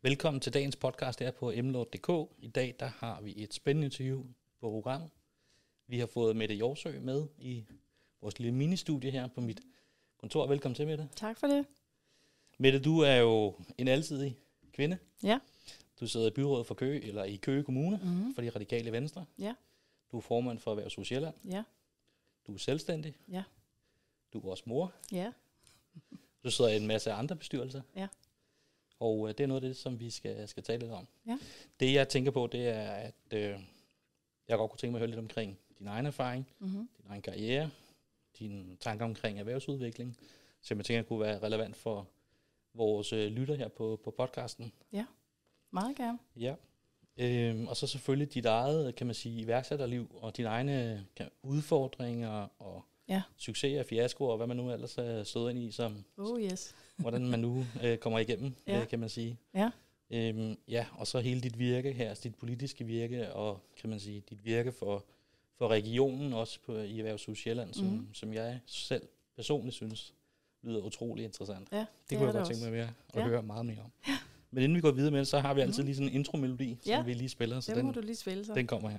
Velkommen til dagens podcast her på mlord.dk. I dag der har vi et spændende interview på programmet. Vi har fået Mette Jorsø med i vores lille ministudie her på mit kontor. Velkommen til, Mette. Tak for det. Mette, du er jo en alsidig kvinde. Ja. Du sidder i byrådet for Køge, eller i Køge Kommune, for de radikale venstre. Ja. Du er formand for Erhvervshus Sjælland. Ja. Du er selvstændig. Ja. Du er også mor. Ja. Du sidder i en masse andre bestyrelser. Ja. Og det er noget af det, som vi skal tale lidt om. Ja. Det jeg tænker på, det er, at jeg godt kunne tænke mig at høre lidt omkring din egen erfaring, din egen karriere, dine tanker omkring erhvervsudvikling, som jeg tænker kunne være relevant for vores lytter her på podcasten. Ja, meget gerne. Ja. Og så selvfølgelig dit eget, kan man sige, iværksætterliv og dine egne udfordringer og succeser, fiaskoer og hvad man nu ellers er stået ind i, som hvordan man nu kommer igennem, kan man sige. Ja. Og så hele dit virke her, dit politiske virke og kan man sige, dit virke for regionen også i Erhvervshus Sjælland, som jeg selv personligt synes lyder utrolig interessant. Ja, det kunne jeg godt tænke mig at høre meget mere om. Ja. Men inden vi går videre med det, så har vi altid lige sådan en intromelodi, som vi lige spiller. Så den må du lige spille så. Den kommer her.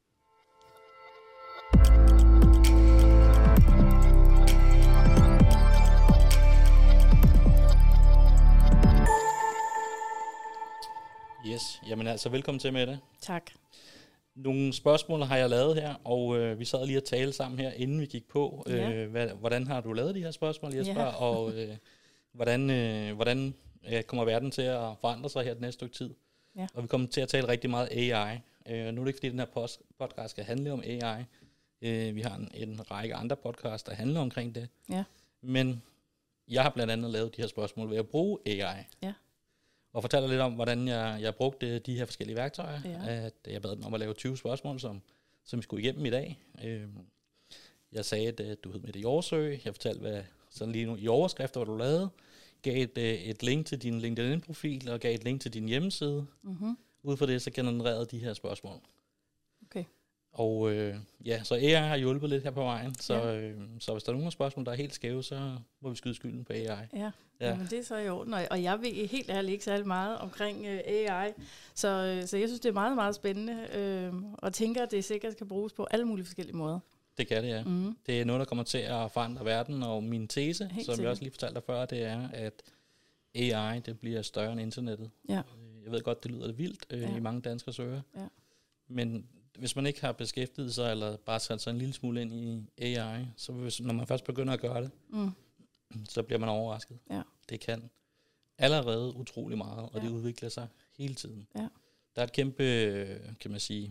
Yes, jamen altså velkommen til, Mette. Tak. Nogle spørgsmål har jeg lavet her, og vi sad lige og talte sammen her, inden vi gik på. Hvordan har du lavet de her spørgsmål, Jesper? Ja. Og hvordan kommer verden til at forandre sig her det næste stykke tid? Ja. Og vi kommer til at tale rigtig meget AI. Nu er det ikke, fordi den her podcast skal handle om AI. Vi har en række andre podcasts, der handler omkring det. Ja. Men jeg har blandt andet lavet de her spørgsmål ved at bruge AI. Ja. Og fortæller lidt om, hvordan jeg brugte de her forskellige værktøjer. Ja. At jeg bad dem om at lave 20 spørgsmål, som vi skulle igennem i dag. Jeg sagde, at du hed Mette Jorsø. Jeg fortalte, hvad sådan lige nu i overskrifter, hvad du lavede. Gav et link til din LinkedIn-profil, og gav et link til din hjemmeside. Ud fra det, så genererede de her spørgsmål. Okay. Og så AI har hjulpet lidt her på vejen. Så hvis der er nogle spørgsmål, der er helt skæve, så må vi skyde skylden på AI. Ja. Jamen, det er så i orden. Og jeg ved helt ærligt ikke særlig meget omkring AI. Så jeg synes, det er meget, meget spændende. Og tænker, at det sikkert kan bruges på alle mulige forskellige måder. Det kan det, ja. Det er noget, der kommer til at forandre verden. Og min tese, som jeg også lige fortalte dig før, det er, at AI det bliver større end internettet. Ja. Jeg ved godt, det lyder vildt i mange danskere søger. Ja. Men hvis man ikke har beskæftiget sig, eller bare sat sig en lille smule ind i AI, så når man først begynder at gøre det, så bliver man overrasket. Ja. Det kan allerede utrolig meget, og det udvikler sig hele tiden. Ja. Der er et kæmpe, kan man sige,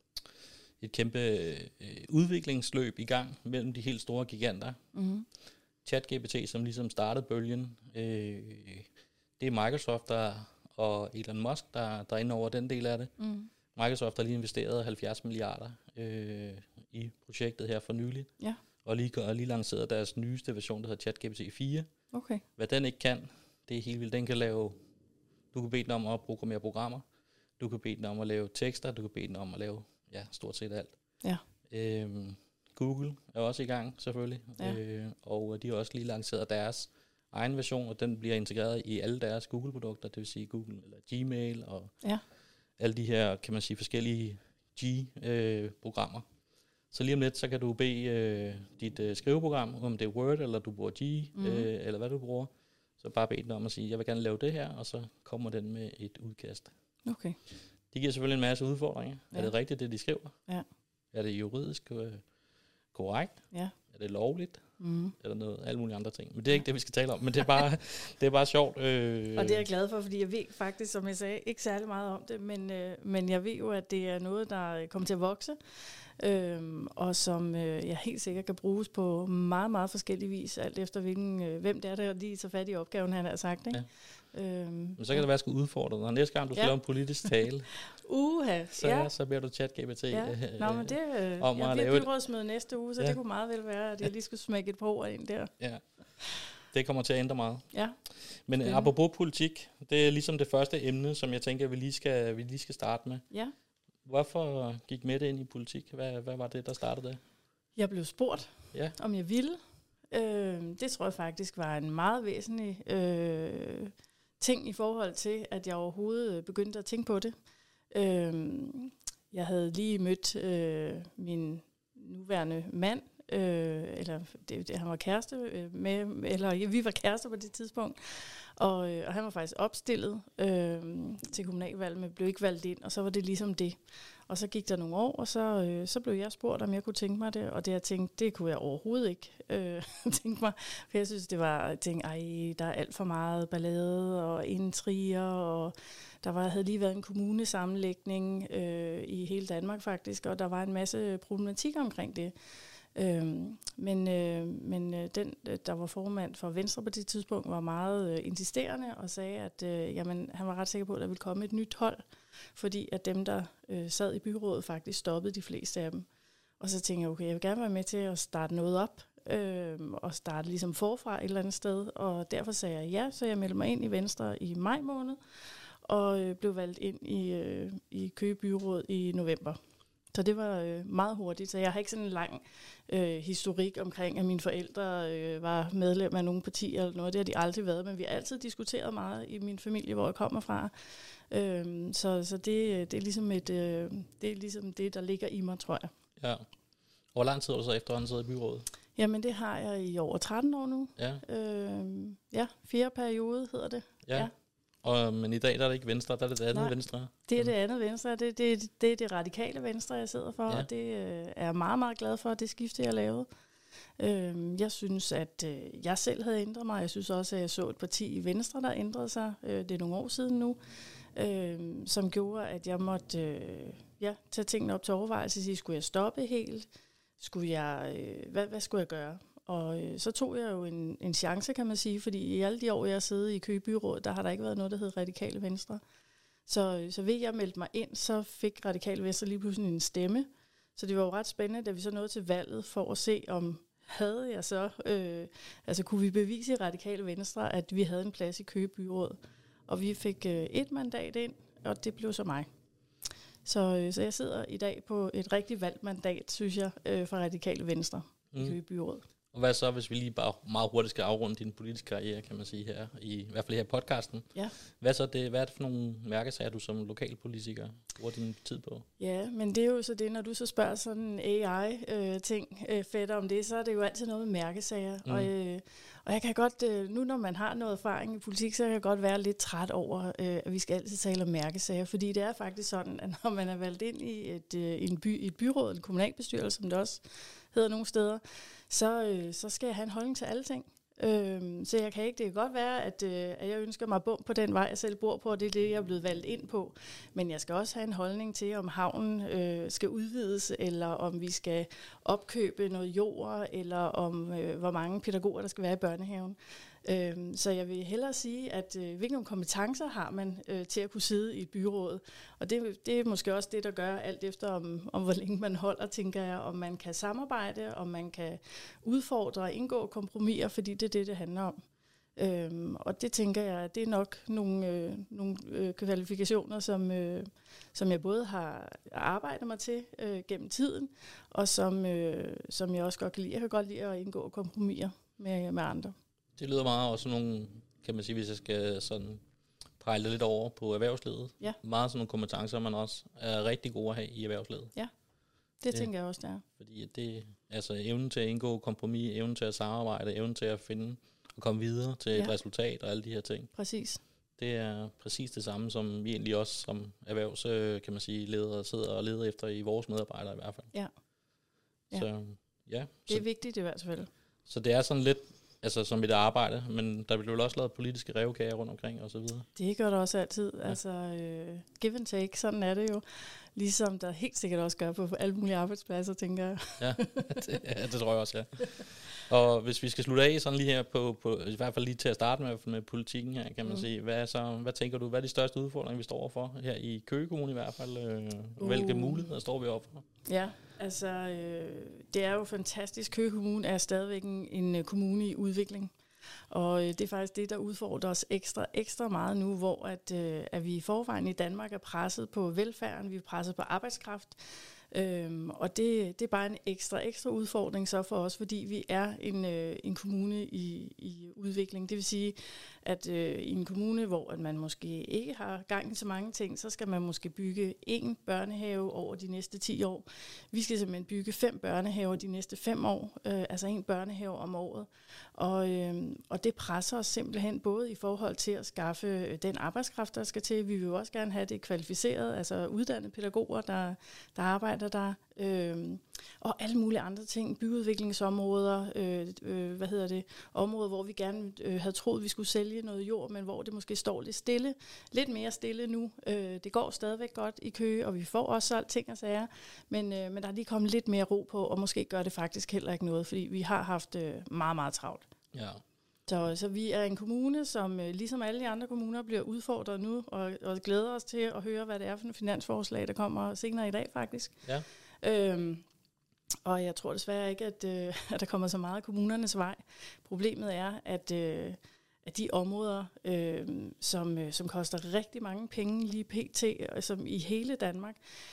udviklingsløb i gang mellem de helt store giganter. ChatGPT, som ligesom startede bølgen, det er Microsoft og Elon Musk, der er inde over den del af det. Microsoft har lige investeret 70 milliarder i projektet her for nyligt, og lige lanceret deres nyeste version, der hedder ChatGPT 4. Okay. Hvad den ikke kan, det er helt vildt. Den kan lave, du kan bede den om at programmere programmer, du kan bede den om at lave tekster, du kan bede den om at lave stort set alt. Ja. Google er også i gang, selvfølgelig, og de har også lige lanceret deres egen version, og den bliver integreret i alle deres Google-produkter, det vil sige Google eller Gmail og alle de her, kan man sige, forskellige G-programmer. Så lige om lidt, så kan du bede dit skriveprogram, om det er Word, eller du bruger G, eller hvad du bruger, så bare bede den om at sige, jeg vil gerne lave det her, og så kommer den med et udkast. Okay. Det giver selvfølgelig en masse udfordringer. Ja. Er det rigtigt, det de skriver? Ja. Er det juridisk korrekt? Ja. Er det lovligt? Eller noget, alle mulige andre ting. Men det er ikke det, vi skal tale om. Men det er bare sjovt. Og det er jeg glad for, fordi jeg ved faktisk, som jeg sagde, ikke særlig meget om det, men jeg ved jo, at det er noget, der kommer til at vokse, og som jeg helt sikkert kan bruges på meget, meget forskellige vis, alt efter hvem det er, der lige tager fat i opgaven, han har sagt. Ikke? Ja. Men så kan det være, at jeg skal udfordre dig. Næste gang, du skal lave en politisk tale, så bliver du ChatGPT. Nå, men det jeg bliver byrådsmøde næste uge, så det kunne meget vel være, at jeg lige skulle smække et par ord ind der. Ja. Det kommer til at ændre meget. Ja. Men apropos politik, det er ligesom det første emne, som jeg tænker, vi lige skal starte med. Ja. Hvorfor gik Mette ind i politik? Hvad var det, der startede det? Jeg blev spurgt, om jeg ville. Det tror jeg faktisk var en meget væsentlig ting i forhold til, at jeg overhovedet begyndte at tænke på det. Jeg havde lige mødt min nuværende mand, eller han var kæreste med, eller vi var kærester på det tidspunkt, og han var faktisk opstillet til kommunalvalg, men blev ikke valgt ind, og så var det ligesom det. Og så gik der nogle år, og så blev jeg spurgt, om jeg kunne tænke mig det, og det jeg tænkte, det kunne jeg overhovedet ikke tænke mig, for jeg synes, jeg tænkte, der er alt for meget ballade og intriger, og havde lige været en kommunesammenlægning i hele Danmark faktisk, og der var en masse problematik omkring det. Men den, der var formand for Venstre på det tidspunkt, var meget insisterende og sagde, at han var ret sikker på, at der ville komme et nyt hold, fordi at dem, der sad i byrådet, faktisk stoppede de fleste af dem. Og så tænkte jeg, okay, jeg vil gerne være med til at starte noget op, og starte ligesom forfra et eller andet sted, og derfor sagde jeg ja, så jeg meldte mig ind i Venstre i maj måned, og blev valgt ind i Køge Byråd i november. Så det var meget hurtigt, så jeg har ikke sådan en lang historik omkring, at mine forældre var medlem af nogle partier eller noget. Det har de aldrig været, men vi har altid diskuteret meget i min familie, hvor jeg kommer fra. Så det er ligesom det, der ligger i mig, tror jeg. Ja. Hvor lang tid har du så efterhånden siddet i byrådet? Jamen, det har jeg i over 13 år nu. Ja. 4 periode hedder det. Ja. Men i dag der er det ikke Venstre, der er det andet Venstre. Det er det andet Venstre. Det er det radikale Venstre, jeg sidder for, og det er jeg meget, meget glad for, det skifte, jeg lavede. Jeg synes, at jeg selv havde ændret mig. Jeg synes også, at jeg så et parti i Venstre, der ændrede sig. Det er nogle år siden nu, som gjorde, at jeg måtte tage tingene op til overvejelse og sige, skulle jeg stoppe helt? Hvad skulle jeg gøre? Og så tog jeg jo en chance, kan man sige, fordi i alle de år, jeg har siddet i Køge Byråd, der har der ikke været noget, der hed Radikale Venstre. Så ved jeg meldte mig ind, så fik Radikale Venstre lige pludselig en stemme. Så det var jo ret spændende, da vi så nåede til valget, for at se, om havde jeg så, kunne vi bevise i Radikale Venstre, at vi havde en plads i Køge Byråd. Og vi fik 1 mandat ind, og det blev så mig. Så jeg sidder i dag på et rigtig valgt mandat, synes jeg, fra Radikale Venstre i Køge Byråd. Og hvad så, hvis vi lige bare meget hurtigt skal afrunde din politiske karriere, kan man sige her, i hvert fald her i podcasten. Ja. Hvad er det for nogle mærkesager, du som lokalpolitiker bruger din tid på? Ja, men det er jo så det, når du så spørger sådan en AI-ting fætter om det, så er det jo altid noget med mærkesager. Og jeg kan godt, nu når man har noget erfaring i politik, så kan jeg godt være lidt træt over, at vi skal altid tale om mærkesager. Fordi det er faktisk sådan, at når man er valgt ind i et byråd, en kommunalbestyrelse, som det også hedder nogle steder, så skal jeg have en holdning til alle ting. Så jeg kan ikke, det kan godt være, at jeg ønsker mig bum på den vej, jeg selv bor på, og det er det, jeg er blevet valgt ind på. Men jeg skal også have en holdning til, om havnen skal udvides, eller om vi skal opkøbe noget jord, eller om hvor mange pædagoger, der skal være i børnehaven. Så jeg vil hellere sige, at hvilke kompetencer har man til at kunne sidde i et byråd. Og det er måske også det, der gør alt efter, om hvor længe man holder, tænker jeg, om man kan samarbejde, om man kan udfordre og indgå kompromiser, fordi det er det handler om. Og det tænker jeg, det er nok nogle kvalifikationer, som jeg både har arbejdet mig til gennem tiden, og som jeg også godt kan lide. Jeg kan godt lide at indgå kompromiser med andre. Det lyder meget også nogle, kan man sige, hvis jeg skal sådan pejle lidt over på erhvervslivet. Ja. Meget sådan nogle kompetencer, man også er rigtig gode at have i erhvervslivet. Ja, det tænker jeg også, det er. Fordi det altså evnen til at indgå kompromis, evnen til at samarbejde, evnen til at finde og komme videre til et resultat og alle de her ting. Præcis. Det er præcis det samme, som vi egentlig også som erhvervs, kan man sige, ledere sidder og leder efter i vores medarbejdere i hvert fald. Ja. Så, ja. Det er vigtigt i hvert fald. Så det er sådan lidt som et arbejde, men der bliver vel også lavet politiske revkager rundt omkring og så videre. Det gør der også altid. Ja. Give and take, sådan er det jo. Ligesom der helt sikkert også gør på alle mulige arbejdspladser, tænker jeg. Ja, det tror jeg også, ja. Og hvis vi skal slutte af sådan lige her på i hvert fald lige til at starte med politikken her, kan man sige. Hvad tænker du, hvad er de største udfordringer, vi står overfor her i Køge Kommune i hvert fald? Hvilke muligheder står vi overfor? Ja, det er jo fantastisk. Køge Kommune er stadigvæk en kommune i udvikling. Og det er faktisk det, der udfordrer os ekstra meget nu, hvor at vi i forvejen i Danmark er presset på velfærden, vi er presset på arbejdskraft. Og det er bare en ekstra udfordring så for os, fordi vi er en kommune i udvikling. Det vil sige, at i en kommune, hvor at man måske ikke har gang i så mange ting, så skal man måske bygge 1 børnehave over de næste 10 år. Vi skal simpelthen bygge 5 børnehaver de næste 5 år, altså 1 børnehave om året. Og det presser os simpelthen både i forhold til at skaffe den arbejdskraft, der skal til. Vi vil jo også gerne have det kvalificeret, altså uddannede pædagoger, der arbejder der. Og alle mulige andre ting, byudviklingsområder, områder, hvor vi gerne havde troet, vi skulle sælge noget jord, men hvor det måske står lidt mere stille nu. Det går stadigvæk godt i Køge, og vi får også solgt ting og sager, men der er lige kommet lidt mere ro på, og måske gør det faktisk heller ikke noget, fordi vi har haft meget, meget travlt. Ja. Så vi er en kommune, som ligesom alle de andre kommuner bliver udfordret nu, og glæder os til at høre, hvad det er for en finansforslag, der kommer senere i dag faktisk. Ja. Og jeg tror desværre ikke, at der kommer så meget af kommunernes vej. Problemet er, at de områder, som koster rigtig mange penge lige pt., som i hele Danmark,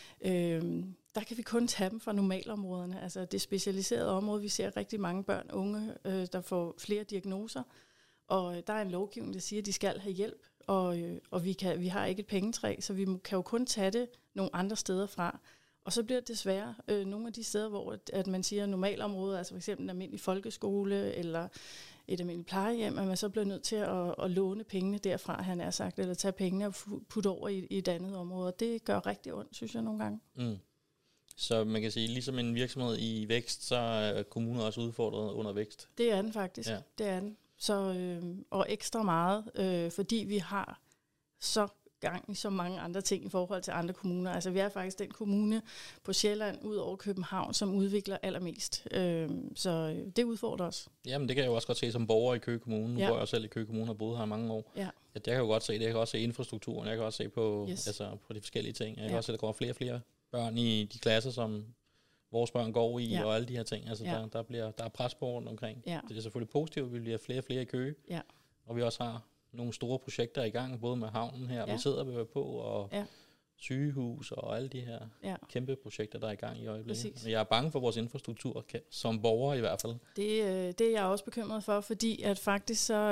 der kan vi kun tage dem fra normalområderne. Altså det specialiserede område, vi ser rigtig mange børn og unge, der får flere diagnoser, og der er en lovgivning, der siger, at de skal have hjælp, og vi har ikke et pengetræ, så vi kan jo kun tage det nogle andre steder fra. Og så bliver det desværre nogle af de steder, hvor at man siger normalområder, altså f.eks. en almindelig folkeskole eller et almindeligt plejehjem, at man så bliver nødt til at låne pengene derfra, han er sagt, eller tage pengene og putte over i et andet område. Det gør rigtig ondt, synes jeg nogle gange. Mm. Så man kan sige, ligesom en virksomhed i vækst, så er kommunen også udfordret under vækst. Det er den faktisk, ja. Det er den. Så, og ekstra meget, fordi vi har så gang i så mange andre ting i forhold til andre kommuner. Altså vi er faktisk den kommune på Sjælland ud over København, som udvikler allermest. Så det udfordrer os. Jamen det kan jeg jo også godt se som borger i Køge Kommune. Nu bor jeg selv i Køge Kommune og har boet her i mange år. Ja. Jeg kan jo godt se det. Jeg kan også se infrastrukturen. Jeg kan også se på, på de forskellige ting. Jeg kan også se, at der kommer flere og flere børn i de klasser, som vores børn går i, og alle de her ting. Altså der er pres på rundt omkring. Ja. Det er selvfølgelig positivt, at vi bliver flere og flere i Køge. Ja. Og vi også har nogle store projekter i gang, både med havnen her, vi sidder på, og sygehus og alle de her kæmpe projekter, der er i gang i øjeblikket. Præcis. Jeg er bange for vores infrastruktur, som borger i hvert fald. Det er jeg også bekymret for, fordi at faktisk så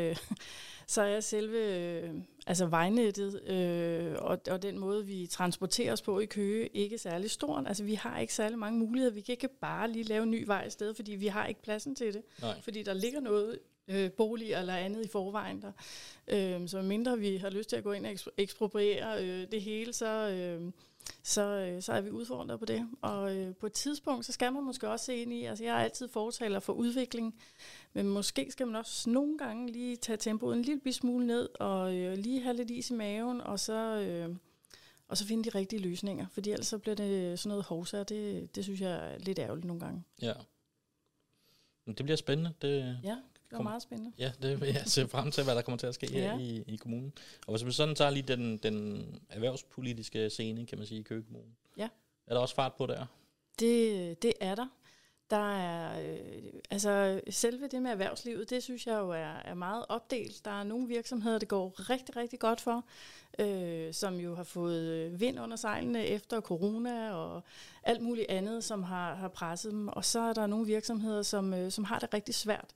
er selve vejnettet og den måde, vi transporterer os på i Køge, ikke særlig stort. Altså vi har ikke særlig mange muligheder. Vi kan ikke bare lige lave en ny vej i stedet, fordi vi har ikke pladsen til det. Nej. Fordi der ligger noget bolig eller andet i forvejen der. Så mindre vi har lyst til at gå ind og ekspropriere det hele, så er vi udfordret på det. Og på et tidspunkt, så skal man måske også se ind i, altså jeg er altid fortaler for udvikling, men måske skal man også nogle gange lige tage tempoet en lille smule ned, og lige have lidt is i maven, og så finde de rigtige løsninger. Fordi ellers så bliver det sådan noget hovsa, det synes jeg er lidt ærgerligt nogle gange. Ja. Men det bliver spændende. Det var meget spændende. Ja, det vil jeg se frem til, hvad der kommer til at ske her i kommunen. Og hvis man sådan tager lige den erhvervspolitiske scene, kan man sige, i Køge Kommune. Ja. Er der også fart på der? Det er der. Der er, selve det med erhvervslivet, det synes jeg jo er meget opdelt. Der er nogle virksomheder, det går rigtig, rigtig godt for, som jo har fået vind under sejlene efter corona og alt muligt andet, som har presset dem. Og så er der nogle virksomheder, som har det rigtig svært.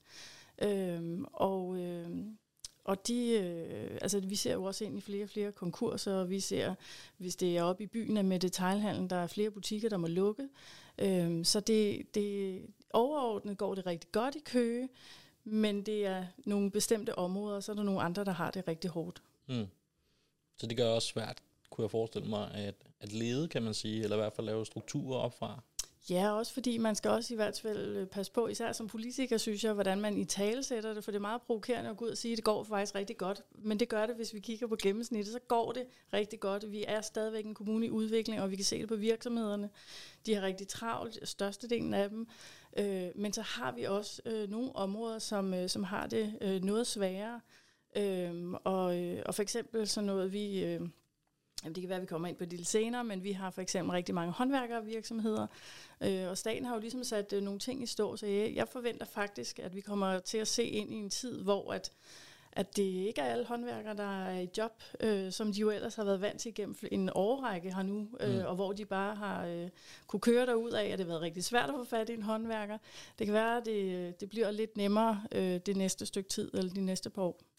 Og vi ser jo også ind i flere og flere konkurser, og vi ser, hvis det er oppe i byen med detailhandlen, der er flere butikker, der må lukke. Så det overordnet går det rigtig godt i Køge, men det er nogle bestemte områder, og så er der nogle andre, der har det rigtig hårdt. Mm. Så det gør også svært, kunne jeg forestille mig, at lede, kan man sige, eller i hvert fald lave strukturer op fra. Ja, også fordi man skal også i hvert fald passe på, især som politiker, synes jeg, hvordan man i tale sætter det, for det er meget provokerende at gå ud og sige, at det går faktisk rigtig godt. Men det gør det, hvis vi kigger på gennemsnittet, så går det rigtig godt. Vi er stadigvæk en kommune i udvikling, og vi kan se det på virksomhederne. De har rigtig travlt, størstedelen af dem. Men så har vi også nogle områder, som har det noget sværere. Og for eksempel sådan noget, det kan være, at vi kommer ind på det lidt senere, men vi har for eksempel rigtig mange håndværkervirksomheder, og staten har jo ligesom sat nogle ting i stå, så jeg forventer faktisk, at vi kommer til at se ind i en tid, hvor at det ikke er alle håndværkere, der er i job, som de jo ellers har været vant til igennem en årrække her nu, og hvor de bare har kunne køre derud af, at det har været rigtig svært at få fat i en håndværker. Det kan være, at det bliver lidt nemmere det næste stykke tid, eller de næste par år.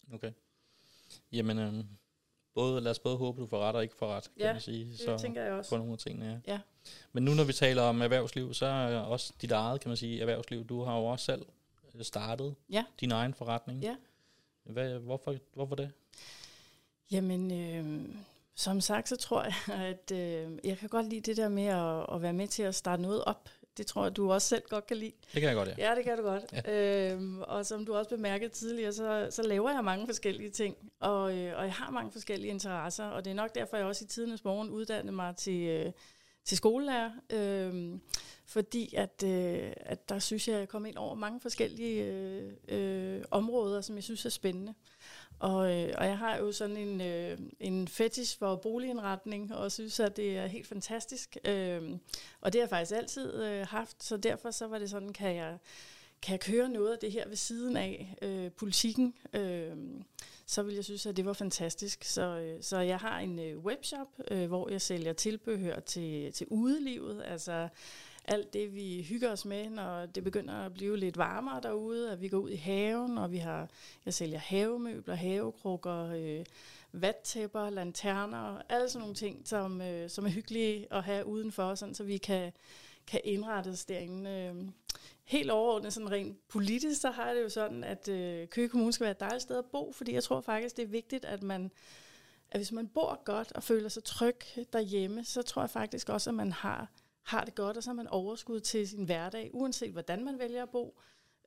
Okay. Jamen, lad os både håbe, du får ret og ikke får ret, kan man sige. Så det tænker jeg også. På nogle af tingene, ja. Men nu, når vi taler om erhvervsliv, så er også dit eget, kan man sige, erhvervsliv. Du har jo også selv startet din egen forretning. Ja. Hvorfor det? Jamen, som sagt, så tror jeg, at jeg kan godt lide det der med at være med til at starte noget op. Det tror jeg, du også selv godt kan lide. Det kan jeg godt, ja. Ja, det kan du godt. Ja. Og som du også bemærkede tidligere, så laver jeg mange forskellige ting, og jeg har mange forskellige interesser, og det er nok derfor, jeg også i tidernes morgen uddannede mig til skolelærer, fordi at der synes jeg kom ind over mange forskellige områder, som jeg synes er spændende. Og jeg har jo sådan en fetish for boligindretning, og synes, at det er helt fantastisk. Og det har jeg faktisk altid haft, så derfor så var det sådan, kan jeg køre noget af det her ved siden af politikken, så vil jeg synes, at det var fantastisk. Så jeg har en webshop, hvor jeg sælger tilbehør til udelivet, altså alt det, vi hygger os med, når det begynder at blive lidt varmere derude, at vi går ud i haven, og jeg sælger havemøbler, havekrukker, vattæpper, lanterner, alle sådan nogle ting, som er hyggelige at have udenfor, sådan, så vi kan indrette os derinde. Helt overordnet, sådan rent politisk, så har det jo sådan, at Køge Kommune skal være et dejligt sted at bo, fordi jeg tror faktisk, det er vigtigt, at hvis man bor godt og føler sig tryg derhjemme, så tror jeg faktisk også, at man har det godt, og så har man overskud til sin hverdag, uanset hvordan man vælger at bo.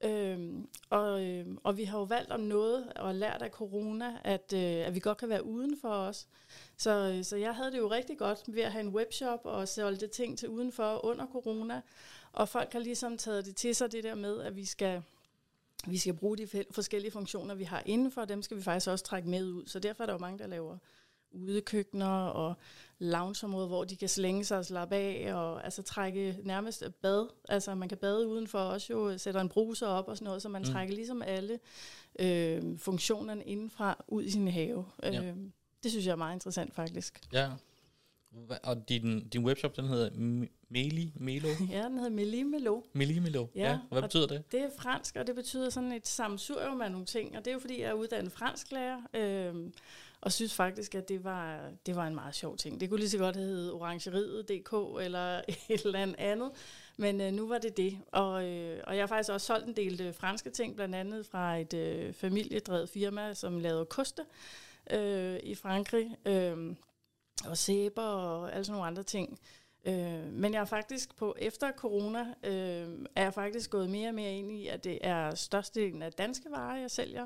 Og vi har jo valgt om noget og lært af corona, at vi godt kan være udenfor os. Så jeg havde det jo rigtig godt ved at have en webshop og solgte ting til udenfor under corona. Og folk har ligesom taget det til sig, det der med, at vi skal bruge de forskellige funktioner, vi har indenfor, og dem skal vi faktisk også trække med ud. Så derfor er der jo mange, der laver udekøkkener og loungeområder, hvor de kan slænge sig og slappe af, og altså trække nærmest bad. Altså man kan bade udenfor også jo, sætter en bruser op og sådan noget, så man trækker ligesom alle funktionerne indenfra ud i sin have. Ja. Det synes jeg er meget interessant faktisk. Ja, og din webshop, den hedder Melimelo? Ja, den hedder Melimelo. Melimelo, ja. Hvad betyder det? Det er fransk, og det betyder sådan et sammensurium af nogle ting, og det er jo fordi, jeg er uddannet fransklærer, og synes faktisk, at det var en meget sjov ting. Det kunne lige så godt hedde Orangeriet.dk eller et eller andet, men nu var det. Og jeg har faktisk også solgt en del franske ting, blandt andet fra et familiedrevet firma, som lavede koste i Frankrig, og sæber og alle sådan nogle andre ting. Men jeg er faktisk efter corona, er jeg faktisk gået mere og mere ind i, at det er størstedelen af danske varer, jeg sælger.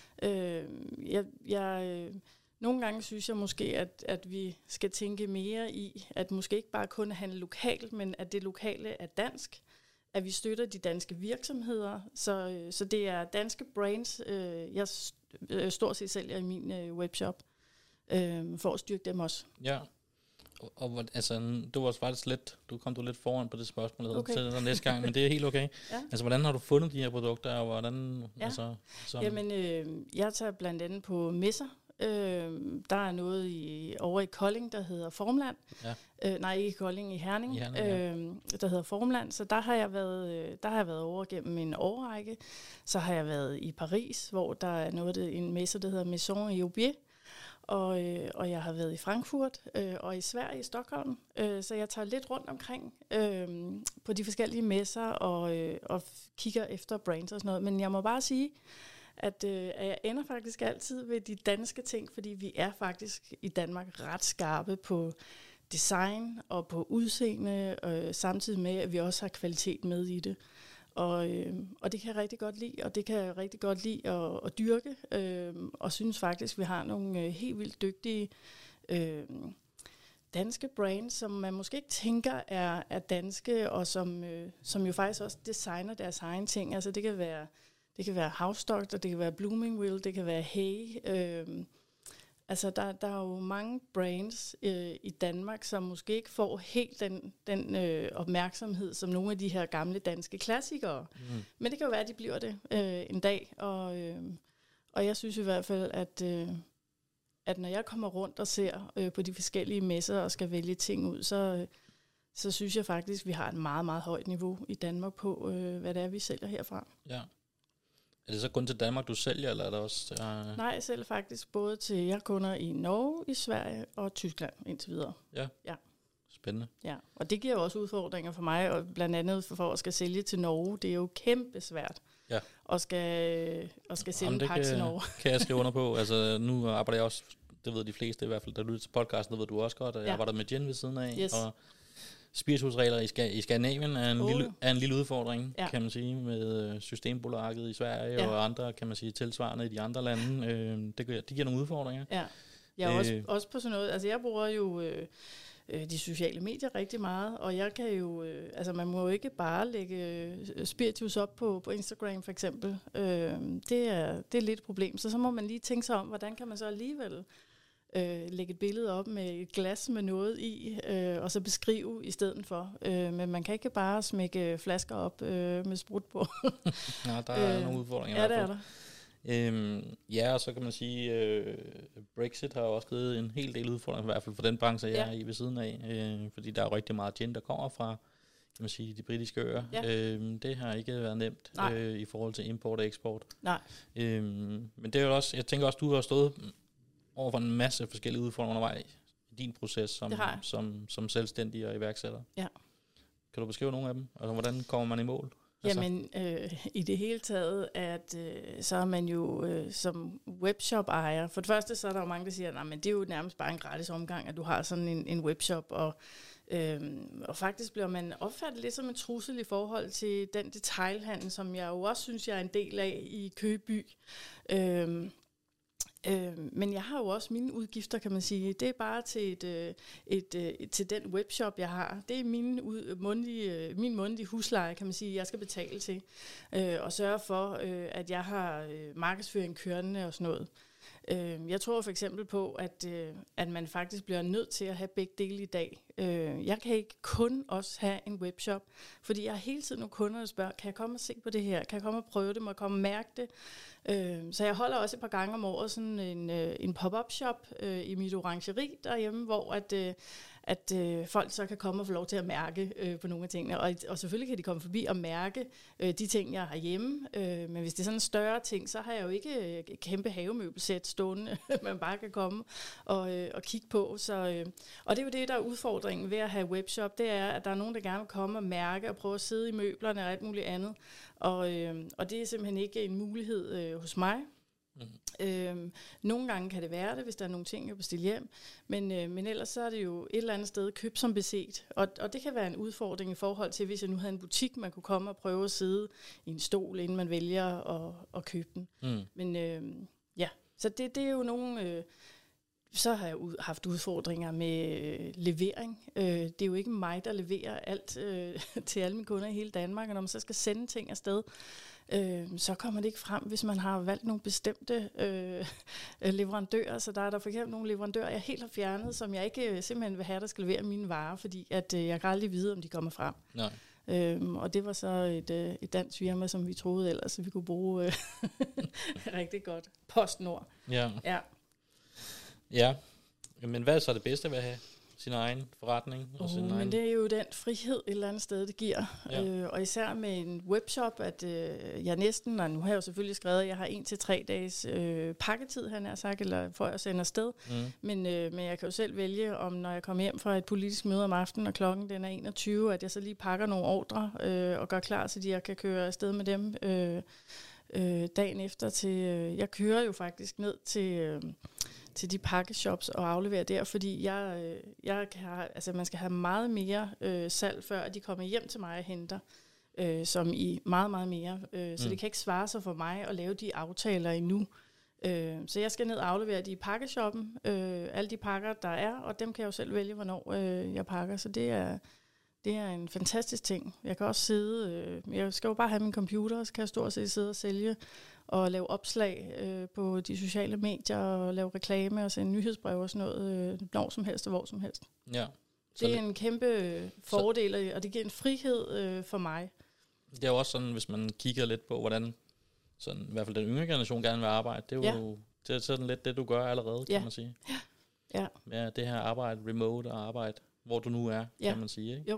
Nogle gange synes jeg måske, at vi skal tænke mere i, at måske ikke bare kun handle lokalt, men at det lokale er dansk. At vi støtter de danske virksomheder. Så det er danske brands, jeg stort set sælger i min webshop, for at styrke dem også. Ja. Og altså, du var faktisk kom lidt foran på det spørgsmål, okay, til næste gang, men det er helt okay. Ja. Altså, hvordan har du fundet de her produkter, og hvordan? Ja. Altså, jamen, jeg tager blandt andet på messer. Der er noget over i Kolding, der hedder Formland. Ja. Nej, ikke i Kolding, i Herning. Der hedder Formland. Så der har jeg været over gennem en årrække. Så har jeg været i Paris, hvor der er en messe, der hedder Maison et Objet. Og jeg har været i Frankfurt og i Sverige, i Stockholm. Så jeg tager lidt rundt omkring på de forskellige messer og kigger efter brands og sådan noget. Men jeg må bare sige, at jeg ender faktisk altid ved de danske ting, fordi vi er faktisk i Danmark ret skarpe på design og på udseende, samtidig med, at vi også har kvalitet med i det. Og det kan jeg rigtig godt lide, og det kan jeg rigtig godt lide at dyrke, og synes faktisk, vi har nogle helt vildt dygtige danske brands, som man måske ikke tænker er danske, og som jo faktisk også designer deres egen ting. Altså det kan være Houstock, og det kan være Blooming Will, det kan være Hey. Altså der er jo mange brands i Danmark, som måske ikke får helt den opmærksomhed som nogle af de her gamle danske klassikere. Mm. Men det kan jo være, at de bliver det en dag. Og jeg synes i hvert fald, at når jeg kommer rundt og ser på de forskellige messer og skal vælge ting ud, så synes jeg faktisk, at vi har et meget, meget højt niveau i Danmark på, hvad det er, vi sælger herfra. Ja. Er det så kun til Danmark, du sælger, eller er der også... Nej, jeg sælger faktisk både til jeg har kunder i Norge, i Sverige og Tyskland indtil videre. Ja. Spændende. Ja, og det giver jo også udfordringer for mig, og blandt andet for at skal sælge til Norge. Det er jo kæmpe svært at skal sælge en pakke til Norge. Kan jeg skrive under på. Altså, nu arbejder jeg også, det ved de fleste i hvert fald, der lytter til podcasten, det ved du også godt, og jeg arbejder med gin ved siden af, og spiritusregler i Skandinavien er en lille udfordring, kan man sige, med Systembolaget i Sverige og andre, kan man sige, tilsvarende i de andre lande. De giver nogle udfordringer. Ja, jeg er også på sådan noget. Altså, jeg bruger jo de sociale medier rigtig meget, og jeg kan jo, altså man må jo ikke bare lægge spiritus op på Instagram for eksempel. Det er lidt et problem, så må man lige tænke sig om, hvordan kan man så alligevel lægge et billede op med et glas med noget i, og så beskrive i stedet for. Men man kan ikke bare smække flasker op med sprut på. Nej, der er nogle udfordringer. Ja, det er der. Og så kan man sige, Brexit har også givet en hel del udfordringer, i hvert fald for den branche, jeg er i ved siden af, fordi der er rigtig meget gin, der kommer fra, kan man sige, de britiske øer. Det har ikke været nemt i forhold til import og eksport. Nej. Men det er jo også, jeg tænker også, du har stået over for en masse forskellige udfordringer undervejs i din proces som selvstændig og iværksætter. Ja. Kan du beskrive nogle af dem? Altså, hvordan kommer man i mål? Jamen, i det hele taget, at så er man jo som webshop-ejer. For det første, så er der jo mange, der siger, at det er jo nærmest bare en gratis omgang, at du har sådan en webshop. Og faktisk bliver man opfattet lidt som en trussel i forhold til den detailhandel, som jeg jo også synes, jeg er en del af i Køge. Men jeg har jo også mine udgifter, kan man sige. Det er bare til den webshop, jeg har. Det er min månedlige husleje, kan man sige, jeg skal betale til. Og sørge for, at jeg har markedsføring kørende og sådan noget. Jeg tror for eksempel på, at man faktisk bliver nødt til at have begge dele i dag. Jeg kan ikke kun også have en webshop, fordi jeg har hele tiden nogle kunder, der spørger, kan jeg komme og se på det her? Kan jeg komme og prøve det? Må jeg komme og mærke det? Så jeg holder også et par gange om året sådan en pop-up shop i mit orangeri derhjemme, hvor at folk så kan komme og få lov til at mærke på nogle af tingene. Og selvfølgelig kan de komme forbi og mærke de ting, jeg har hjemme. Men hvis det er sådan en større ting, så har jeg jo ikke et kæmpe havemøbelsæt stående, man bare kan komme og kigge på. Og det er jo det, der er udfordringen ved at have webshop. Det er, at der er nogen, der gerne vil komme og mærke og prøve at sidde i møblerne og alt muligt andet. Og det er simpelthen ikke en mulighed hos mig. Nogle gange kan det være det, hvis der er nogle ting, jeg bestiller hjem, men ellers så er det jo et eller andet sted købt som beset, og det kan være en udfordring i forhold til, hvis jeg nu havde en butik, man kunne komme og prøve at sidde i en stol, inden man vælger at købe den. Men så det er jo nogle... Så har jeg haft udfordringer med levering. Det er jo ikke mig, der leverer alt til alle mine kunder i hele Danmark, og når man så skal sende ting afsted, så kommer det ikke frem, hvis man har valgt nogle bestemte leverandører. Så der er der for eksempel nogle leverandører, jeg helt har fjernet, som jeg ikke simpelthen vil have, der skal levere mine varer, fordi at, jeg kan aldrig vide, om de kommer frem. Nej. Og det var så et dansk firma, som vi troede ellers, at vi kunne bruge rigtig godt. PostNord. Ja, men hvad er så det bedste ved at have sin egen forretning? Og sin egen... Men det er jo den frihed et eller andet sted, det giver. Ja. Og især med en webshop, at jeg næsten, og nu har jeg jo selvfølgelig skrevet, at jeg har 1 til 3 dages pakketid, han har sagt, eller for at sende afsted. Men jeg kan jo selv vælge, om når jeg kommer hjem fra et politisk møde om aftenen, og klokken den er 21, at jeg så lige pakker nogle ordre og gør klar, så jeg kan køre afsted med dem dagen efter til... Jeg kører jo faktisk ned til de pakkeshops og aflevere der, fordi jeg kan man skal have meget mere salg, før de kommer hjem til mig og henter, som i meget, meget mere. Så det kan ikke svare sig for mig at lave de aftaler endnu. Så jeg skal ned og aflevere de i pakkeshoppen, alle de pakker, der er, og dem kan jeg jo selv vælge, hvornår jeg pakker. Så det er en fantastisk ting. Jeg kan også sidde, jeg skal jo bare have min computer, og så kan jeg stort set sidde og sælge og lave opslag på de sociale medier, og lave reklame og sende nyhedsbreve og sådan noget, når som helst og hvor som helst. Ja. Det er en kæmpe fordel, og det giver en frihed for mig. Det er jo også sådan, hvis man kigger lidt på, hvordan sådan, i hvert fald den yngre generation gerne vil arbejde, det er jo det er sådan lidt det, du gør allerede, kan man sige. Ja, det her arbejde remote og arbejde, hvor du nu er, kan man sige. Ikke? Jo.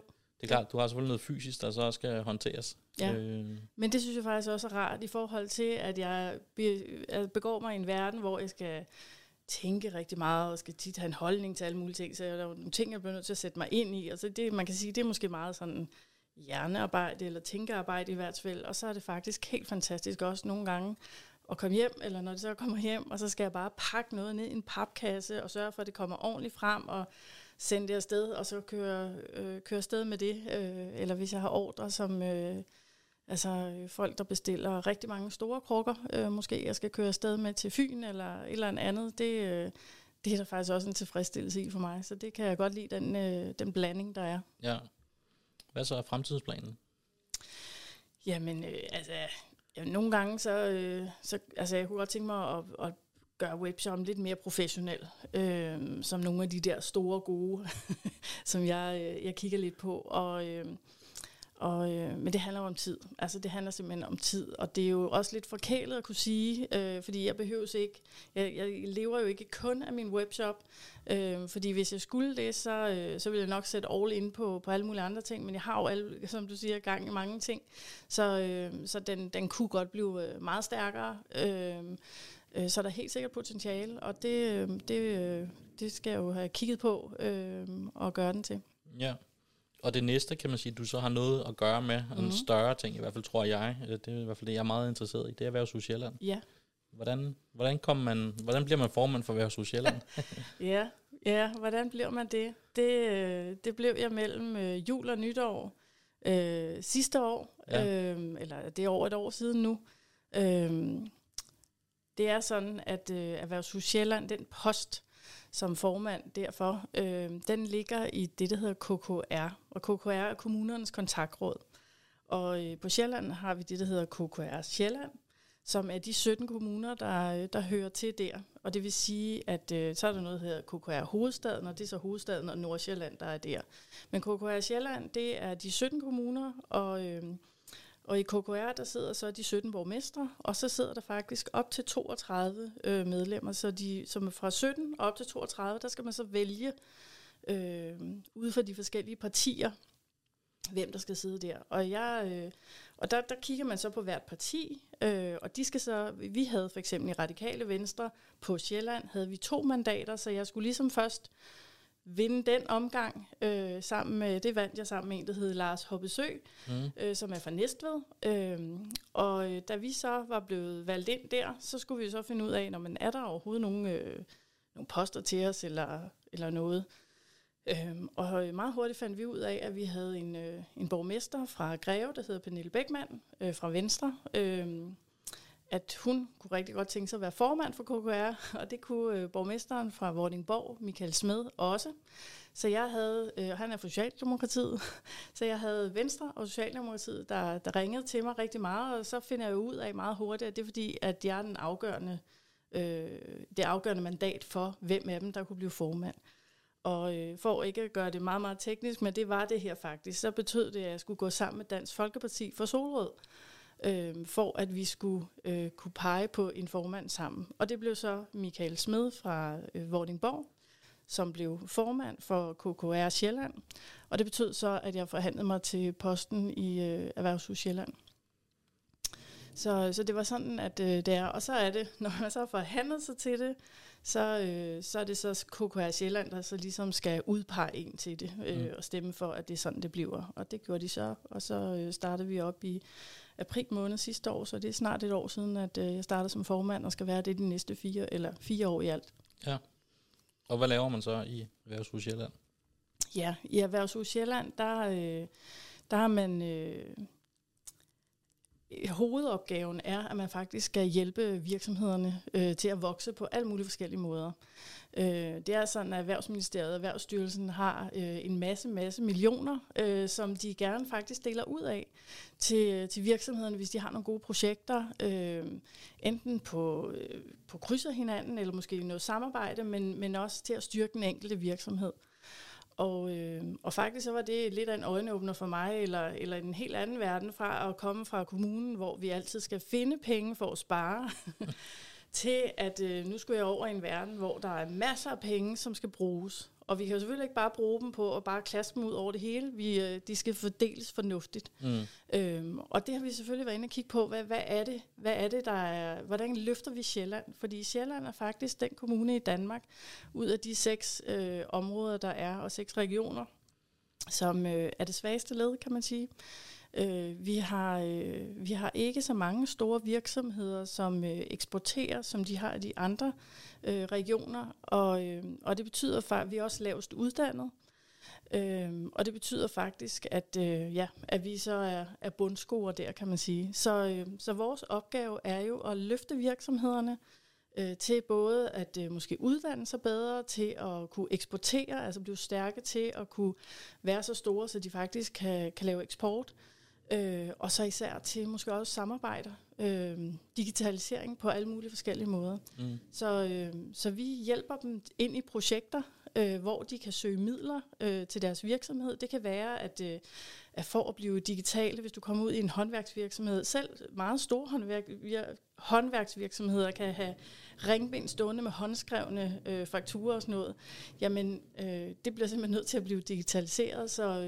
Det er klart, du har selvfølgelig noget fysisk, der så også skal håndteres. Ja, men det synes jeg faktisk også er rart i forhold til, at jeg begår mig i en verden, hvor jeg skal tænke rigtig meget, og skal tit have en holdning til alle mulige ting, så der er nogle ting, jeg bliver nødt til at sætte mig ind i, og så det, man kan sige, det er måske meget sådan hjernearbejde, eller tænkearbejde i hvert fald, og så er det faktisk helt fantastisk også nogle gange at komme hjem, eller når det så kommer hjem, og så skal jeg bare pakke noget ned i en papkasse, og sørge for, at det kommer ordentligt frem, og sende det afsted, og så køre afsted med det, eller hvis jeg har ordre, som folk, der bestiller rigtig mange store krukker, måske jeg skal køre afsted med til Fyn, eller et eller andet, det er der faktisk også en tilfredsstillelse i for mig, så det kan jeg godt lide, den blanding, der er. Ja. Hvad så er fremtidsplanen? Jamen, nogle gange, så jeg kunne godt tænke mig at gøre webshoppen lidt mere professionel, som nogle af de der store gode, som jeg kigger lidt på, men det handler om tid. Altså det handler simpelthen om tid, og det er jo også lidt forkælet at kunne sige, fordi jeg behøves ikke, jeg lever jo ikke kun af min webshop, fordi hvis jeg skulle det, så ville jeg nok sætte all in på alle mulige andre ting, men jeg har jo som du siger, gang i mange ting, så den kunne godt blive meget stærkere, så der er helt sikkert potentiale, og det skal jeg jo have kigget på og gøre den til. Ja. Og det næste, kan man sige, du så har noget at gøre med, en større ting, i hvert fald tror jeg, det er i hvert fald det, jeg er meget interesseret i, det er Erhvervshus Sjælland. Ja. Hvordan bliver man formand for Erhvervshus Sjælland? ja, hvordan bliver man det? Det blev jeg mellem jul og nytår sidste år, eller det er over et år siden nu. Det er sådan, at Erhvervshus Sjælland, den post, som formand derfor, den ligger i det, der hedder KKR. Og KKR er kommunernes kontaktråd. Og på Sjælland har vi det, der hedder KKR Sjælland, som er de 17 kommuner, der hører til der. Og det vil sige, at så er der noget, der hedder KKR Hovedstaden, og det er så Hovedstaden og Nordsjælland, der er der. Men KKR Sjælland, det er de 17 kommuner, og i KKR, der sidder så de 17 borgmestre, og så sidder der faktisk op til 32 medlemmer, så som fra 17 op til 32, der skal man så vælge ud fra de forskellige partier, hvem der skal sidde der. Og der kigger man så på hvert parti, og de skal så, vi havde for eksempel i Radikale Venstre på Sjælland, havde vi 2 mandater, så jeg skulle ligesom først vinde den omgang, det vandt jeg sammen med en, der hed Lars Hoppesø, som er fra Næstved. Og da vi så var blevet valgt ind der, så skulle vi så finde ud af, når man er der overhovedet nogle poster til os, eller noget. Og meget hurtigt fandt vi ud af, at vi havde en borgmester fra Greve, der hedder Pernille Beckmann fra Venstre, at hun kunne rigtig godt tænke sig at være formand for KKR, og det kunne borgmesteren fra Vordingborg, Michael Smed, også. Så jeg havde, han er fra Socialdemokratiet, så jeg havde Venstre og Socialdemokratiet, der ringede til mig rigtig meget, og så finder jeg ud af meget hurtigt, at det er fordi, at jeg er det afgørende mandat for, hvem af dem, der kunne blive formand. Og for ikke at gøre det meget, meget teknisk, men det var det her faktisk, så betød det, at jeg skulle gå sammen med Dansk Folkeparti for Solrød, for at vi skulle kunne pege på en formand sammen. Og det blev så Michael Smed fra Vordingborg, som blev formand for KKR Sjælland. Og det betød så, at jeg forhandlede mig til posten i Erhvervshus Sjælland. Så det var sådan, at det er. Og så er det, når man så har forhandlet sig til det, så er det så KKR Sjælland, der så ligesom skal udpege en til det, og stemme for, at det er sådan, det bliver. Og det gjorde de så, og så startede vi op i april måned sidste år, så det er snart et år siden, at jeg startede som formand, og skal være det de næste 4 år i alt. Ja, og hvad laver man så i Erhvervshus Sjælland? Ja, i Erhvervshus Sjælland, der har man... hovedopgaven er, at man faktisk skal hjælpe virksomhederne til at vokse på alle mulige forskellige måder. Det er sådan, at Erhvervsministeriet og Erhvervsstyrelsen har en masse millioner, som de gerne faktisk deler ud af til virksomhederne, hvis de har nogle gode projekter, enten på kryds af hinanden, eller måske noget samarbejde, men også til at styrke den enkelte virksomhed. Og faktisk så var det lidt af en øjenåbner for mig, eller en helt anden verden, fra at komme fra kommunen, hvor vi altid skal finde penge for at spare, til at nu skulle jeg over i en verden, hvor der er masser af penge, som skal bruges. Og vi kan jo selvfølgelig ikke bare bruge dem på at bare klaske dem ud over det hele. De skal fordeles fornuftigt. Og det har vi selvfølgelig været inde og kigge på. Hvad er det, der er... Hvordan løfter vi Sjælland? Fordi Sjælland er faktisk den kommune i Danmark, ud af de 6 områder, der er, og 6 regioner, som er det svageste led, kan man sige. Vi har ikke så mange store virksomheder, som eksporterer, som de har i de andre regioner, og det betyder, at vi er også lavest uddannet, og det betyder faktisk, at vi så er bundscorer der, kan man sige. Så vores opgave er jo at løfte virksomhederne til både at måske uddanne sig bedre, til at kunne eksportere, altså blive stærke til at kunne være så store, så de faktisk kan lave eksport. Og så især til måske også samarbejder, digitalisering på alle mulige forskellige måder. Så vi hjælper dem ind i projekter, hvor de kan søge midler til deres virksomhed. Det kan være, at for at blive digitale, hvis du kommer ud i en håndværksvirksomhed, selv meget store håndværksvirksomheder kan have ringbind stående med håndskrevne fakturer og sådan noget. Jamen, det bliver simpelthen nødt til at blive digitaliseret,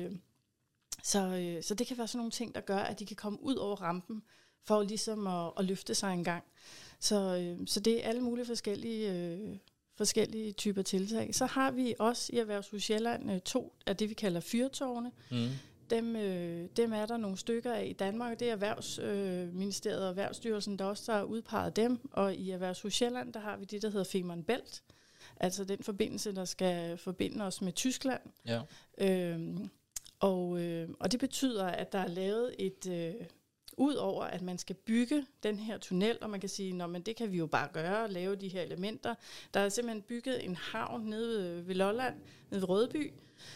så det kan være sådan nogle ting, der gør, at de kan komme ud over rampen, for ligesom at løfte sig en gang. Så det er alle mulige forskellige typer tiltag. Så har vi også i Erhvervshus Sjælland 2 af det, vi kalder fyrtårne. Dem er der nogle stykker af i Danmark, og det er Erhvervsministeriet og Erhvervsstyrelsen, der også har udpeget dem. Og i Erhvervshus Sjælland, der har vi det, der hedder Femern Bælt. Altså den forbindelse, der skal forbinde os med Tyskland. Ja. Og det betyder, at der er lavet ud over, at man skal bygge den her tunnel, og man kan sige, men det kan vi jo bare gøre, lave de her elementer. Der er simpelthen bygget en havn nede ved Lolland, nede ved Rødby,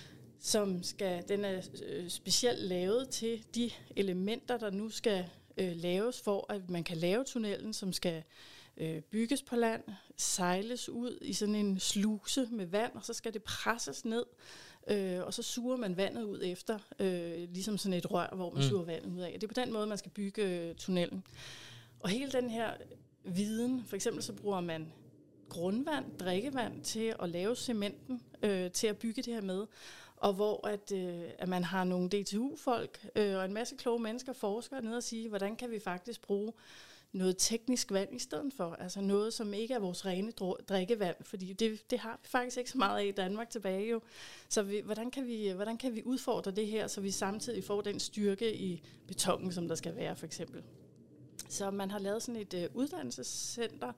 den er specielt lavet til de elementer, der nu skal laves, for at man kan lave tunnelen, som skal bygges på land, sejles ud i sådan en sluse med vand, og så skal det presses ned, og så suger man vandet ud efter, ligesom sådan et rør, hvor man suger vandet ud af. Det er på den måde, man skal bygge tunnelen. Og hele den her viden, for eksempel så bruger man grundvand, drikkevand til at lave cementen, til at bygge det her med, og hvor at man har nogle DTU-folk og en masse kloge mennesker, forskere nede og sige, hvordan kan vi faktisk bruge noget teknisk vand i stedet for, altså noget, som ikke er vores rene drikkevand, fordi det har vi faktisk ikke så meget af i Danmark tilbage jo. Så hvordan kan vi udfordre det her, så vi samtidig får den styrke i betonen, som der skal være for eksempel. Så man har lavet sådan et uddannelsescenter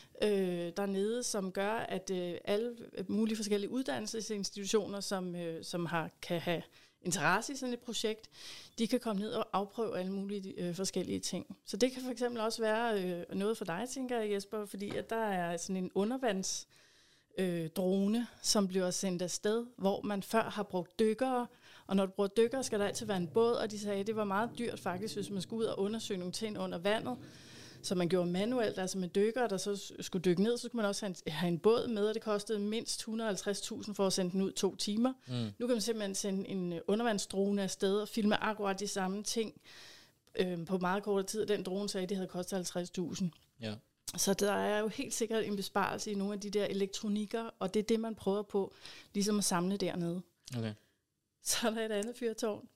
dernede, som gør, at alle mulige forskellige uddannelsesinstitutioner, som kan have interesse i sådan et projekt, de kan komme ned og afprøve alle mulige forskellige ting. Så det kan for eksempel også være noget for dig, tænker jeg, Jesper, fordi at der er sådan en undervandsdrone, som bliver sendt afsted, hvor man før har brugt dykkere, og når du bruger dykkere, skal der altid være en båd, og de sagde, at det var meget dyrt faktisk, hvis man skulle ud og undersøge nogle ting under vandet, så man gjorde manuelt, altså med dykkere, der så skulle dykke ned, så skulle man også have en båd med, og det kostede mindst 150.000 for at sende den ud 2 timer. Nu kan man simpelthen sende en undervandsdrone afsted og filme akkurat de samme ting på meget kortere tid. Den drone sagde, at det havde kostet 50.000. Ja. Så der er jo helt sikkert en besparelse i nogle af de der elektronikker, og det er det, man prøver på, ligesom at samle dernede. Okay. Så er der et andet fyrtårn,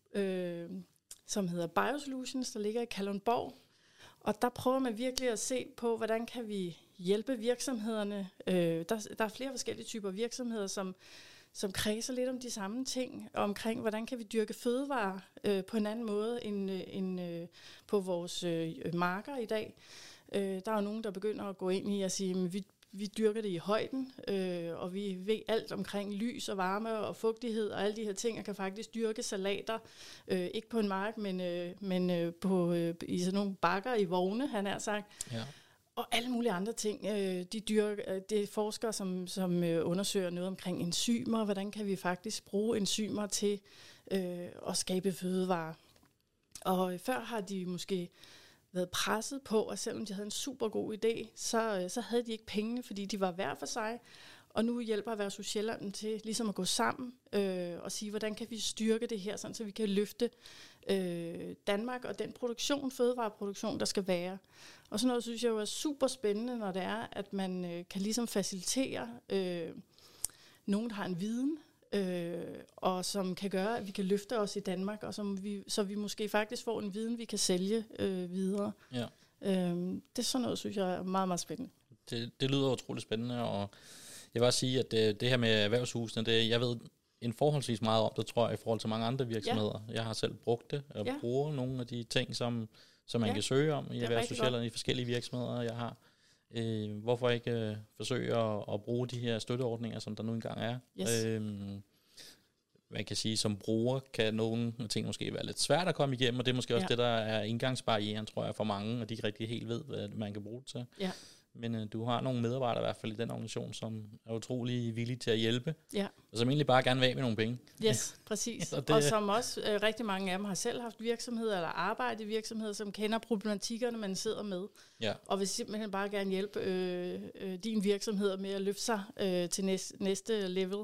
som hedder Biosolutions, der ligger i Kalundborg. Og der prøver man virkelig at se på, hvordan kan vi hjælpe virksomhederne. Der er flere forskellige typer virksomheder, som kredser lidt om de samme ting, omkring hvordan kan vi dyrke fødevarer på en anden måde end på vores marker i dag. Der er jo nogen, der begynder at gå ind i at sige, at vi dyrker det i højden, og vi ved alt omkring lys og varme og fugtighed og alle de her ting, og kan faktisk dyrke salater, ikke på en mark, men i sådan nogle bakker i vogne, han har sagt. Ja. Og alle mulige andre ting. Det er forskere, som undersøger noget omkring enzymer, hvordan kan vi faktisk bruge enzymer til at skabe fødevarer. Og før har de måske været presset på, og selvom de havde en super god idé, så havde de ikke pengene, fordi de var hver for sig, Og nu hjælper Erhvervshus Sjælland til ligesom at gå sammen og sige, hvordan kan vi styrke det her, sådan, så vi kan løfte Danmark og den fødevareproduktion, der skal være. Og sådan noget synes jeg jo er super spændende, når det er, at man kan ligesom facilitere nogen, der har en viden, og som kan gøre, at vi kan løfte os i Danmark, og så vi måske faktisk får en viden, vi kan sælge videre. Ja. Det er sådan noget, synes jeg er meget, meget spændende. Det lyder utroligt spændende, og jeg vil også sige, at det her med erhvervshusene, jeg ved en forholdsvis meget om det, tror jeg, i forhold til mange andre virksomheder. Ja. Jeg har selv brugt det, og bruger nogle af de ting, som man kan søge om i Erhvervshus Sjælland i forskellige virksomheder, jeg har. Hvorfor ikke forsøge at bruge de her støtteordninger, som der nu engang er? Yes. Man kan sige, som bruger kan nogle ting måske være lidt svært at komme igennem, og det er måske også det, der er indgangsbarrieren, tror jeg, for mange, og de ikke rigtig helt ved, hvad man kan bruge det til. Ja. Men du har nogle medarbejdere i hvert fald i den organisation, som er utrolig villige til at hjælpe, og som egentlig bare gerne vil af med nogle penge. Yes, præcis. og som også rigtig mange af dem har selv haft virksomheder eller arbejdet i virksomheder, som kender problematikkerne, man sidder med, og vil simpelthen bare gerne hjælpe din virksomhed med at løfte sig til næste level.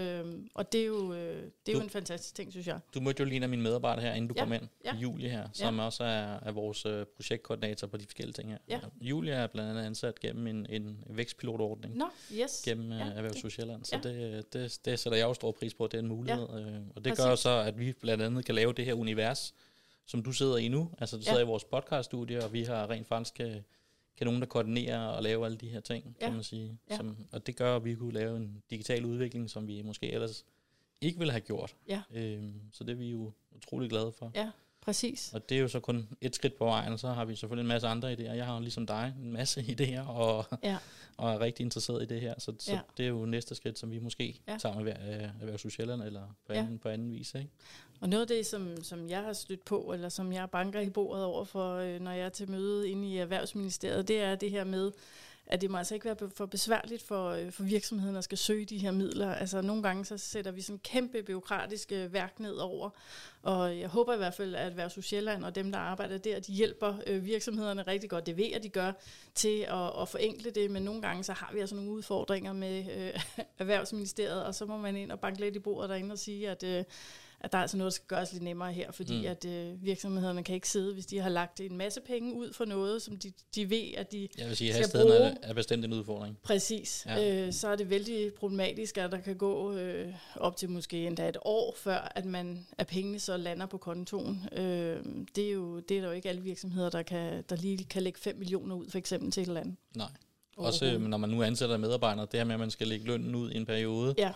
Og det er jo en fantastisk ting, synes jeg. Du mødte jo lige af mine medarbejdere her, inden du kom ind, Julie her, som også er vores projektkoordinator på de forskellige ting her. Ja. Julie er blandt andet ansat gennem en vækstpilotordning gennem Erhvervshus Sjælland. Så det sætter jeg jo stor pris på, at det er en mulighed. Og det gør så, at vi blandt andet kan lave det her univers, som du sidder i nu. Altså du sidder i vores podcaststudie, og vi har rent faktisk kan nogen, der koordinerer og lave alle de her ting, kan man sige. Og det gør, at vi kunne lave en digital udvikling, som vi måske ellers ikke ville have gjort. Så det er vi jo utrolig glade for. Ja. Præcis. Og det er jo så kun et skridt på vejen, og så har vi selvfølgelig en masse andre idéer. Jeg har ligesom dig en masse idéer, og er rigtig interesseret i det her. Så det er jo næste skridt, som vi måske tager med Erhvervshus Sjælland, eller på anden vis. Ikke? Og noget af det, som jeg har stødt på, eller som jeg banker i bordet over for, når jeg er til møde inde i Erhvervsministeriet, det er det her med, at det må altså ikke være for besværligt for virksomheden at skal søge de her midler. Altså nogle gange så sætter vi sådan en kæmpe bureaukratisk værk ned over, og jeg håber i hvert fald, at Erhvervshus Sjælland og dem, der arbejder der, de hjælper virksomhederne rigtig godt. Det ved jeg, de gør til at forenkle det, men nogle gange så har vi altså nogle udfordringer med Erhvervsministeriet, og så må man ind og banke lidt i bordet derinde og sige, at der er altså noget, der skal gøres lidt nemmere her, fordi at virksomhederne kan ikke sidde, hvis de har lagt en masse penge ud for noget, som de ved, at de skal bruge. Hastigheden er bestemt en udfordring. Præcis. Ja. Så er det vældig problematisk, at der kan gå op til måske endda et år, før at pengene så lander på kontoen. Det er der jo ikke alle virksomheder, der lige kan lægge 5 millioner ud, for eksempel til et eller andet. Nej. Også når man nu ansætter medarbejdere, det her med, at man skal lægge lønnen ud i en periode. Ja.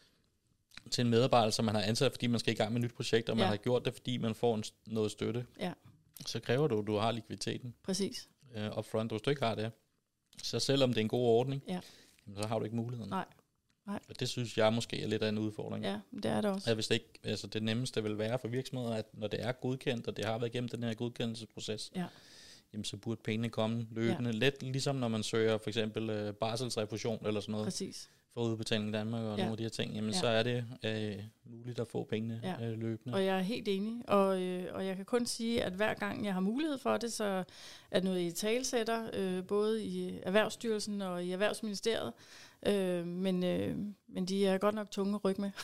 Til en medarbejder, som man har ansat, fordi man skal i gang med et nyt projekt, og man har gjort det, fordi man får noget støtte, så kræver du, at du har likviditeten. Præcis. Upfront, hvis du ikke har det. Så selvom det er en god ordning, så har du ikke muligheden. Nej. Og det synes jeg måske er lidt af en udfordring. Ja, det er det også. Hvis det ikke, altså det nemmeste vil være for virksomheder, at når det er godkendt, og det har været igennem den her godkendelsesproces, jamen, så burde pengene komme løbende. Let ligesom når man søger for eksempel barselsrefusion eller sådan noget. Præcis. For Udbetaling Danmark og nogle af de her ting, jamen så er det muligt at få pengene løbende. Og jeg er helt enig, og jeg kan kun sige, at hver gang jeg har mulighed for det, så er noget i talsætter, både i Erhvervsstyrelsen og i Erhvervsministeriet, men de er godt nok tunge at rykke med.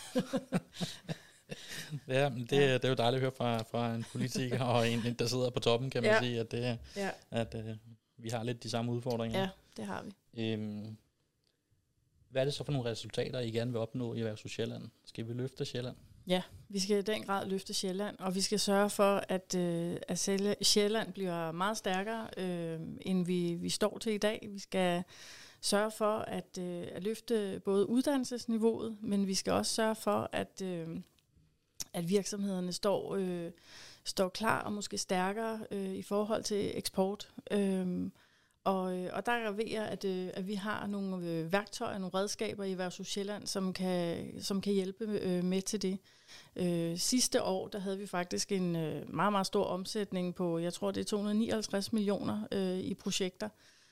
Ja, det er jo dejligt at høre fra en politiker og en, der sidder på toppen, kan man sige, at vi har lidt de samme udfordringer. Ja, det har vi. Hvad er det så for nogle resultater, I gerne vil opnå i Erhvervshus Sjælland? Skal vi løfte Sjælland? Ja, vi skal i den grad løfte Sjælland, og vi skal sørge for, at Sjælland bliver meget stærkere, end vi står til i dag. Vi skal sørge for at løfte både uddannelsesniveauet, men vi skal også sørge for, at virksomhederne står klar og måske stærkere i forhold til eksport. Og der ved jeg, at vi har nogle værktøjer, nogle redskaber i Erhvervshus Sjælland, som kan hjælpe med til det. Sidste år, der havde vi faktisk en meget, meget stor omsætning på, jeg tror det er 259 millioner i projekter,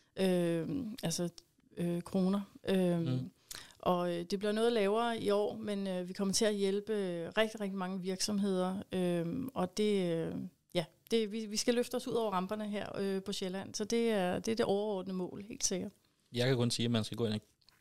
kroner. Og det bliver noget lavere i år, men vi kommer til at hjælpe rigtig, rigtig mange virksomheder, og vi skal løfte os ud over ramperne her på Sjælland, så det er det overordnede mål, helt sikkert. Jeg kan kun sige, at man skal gå ind og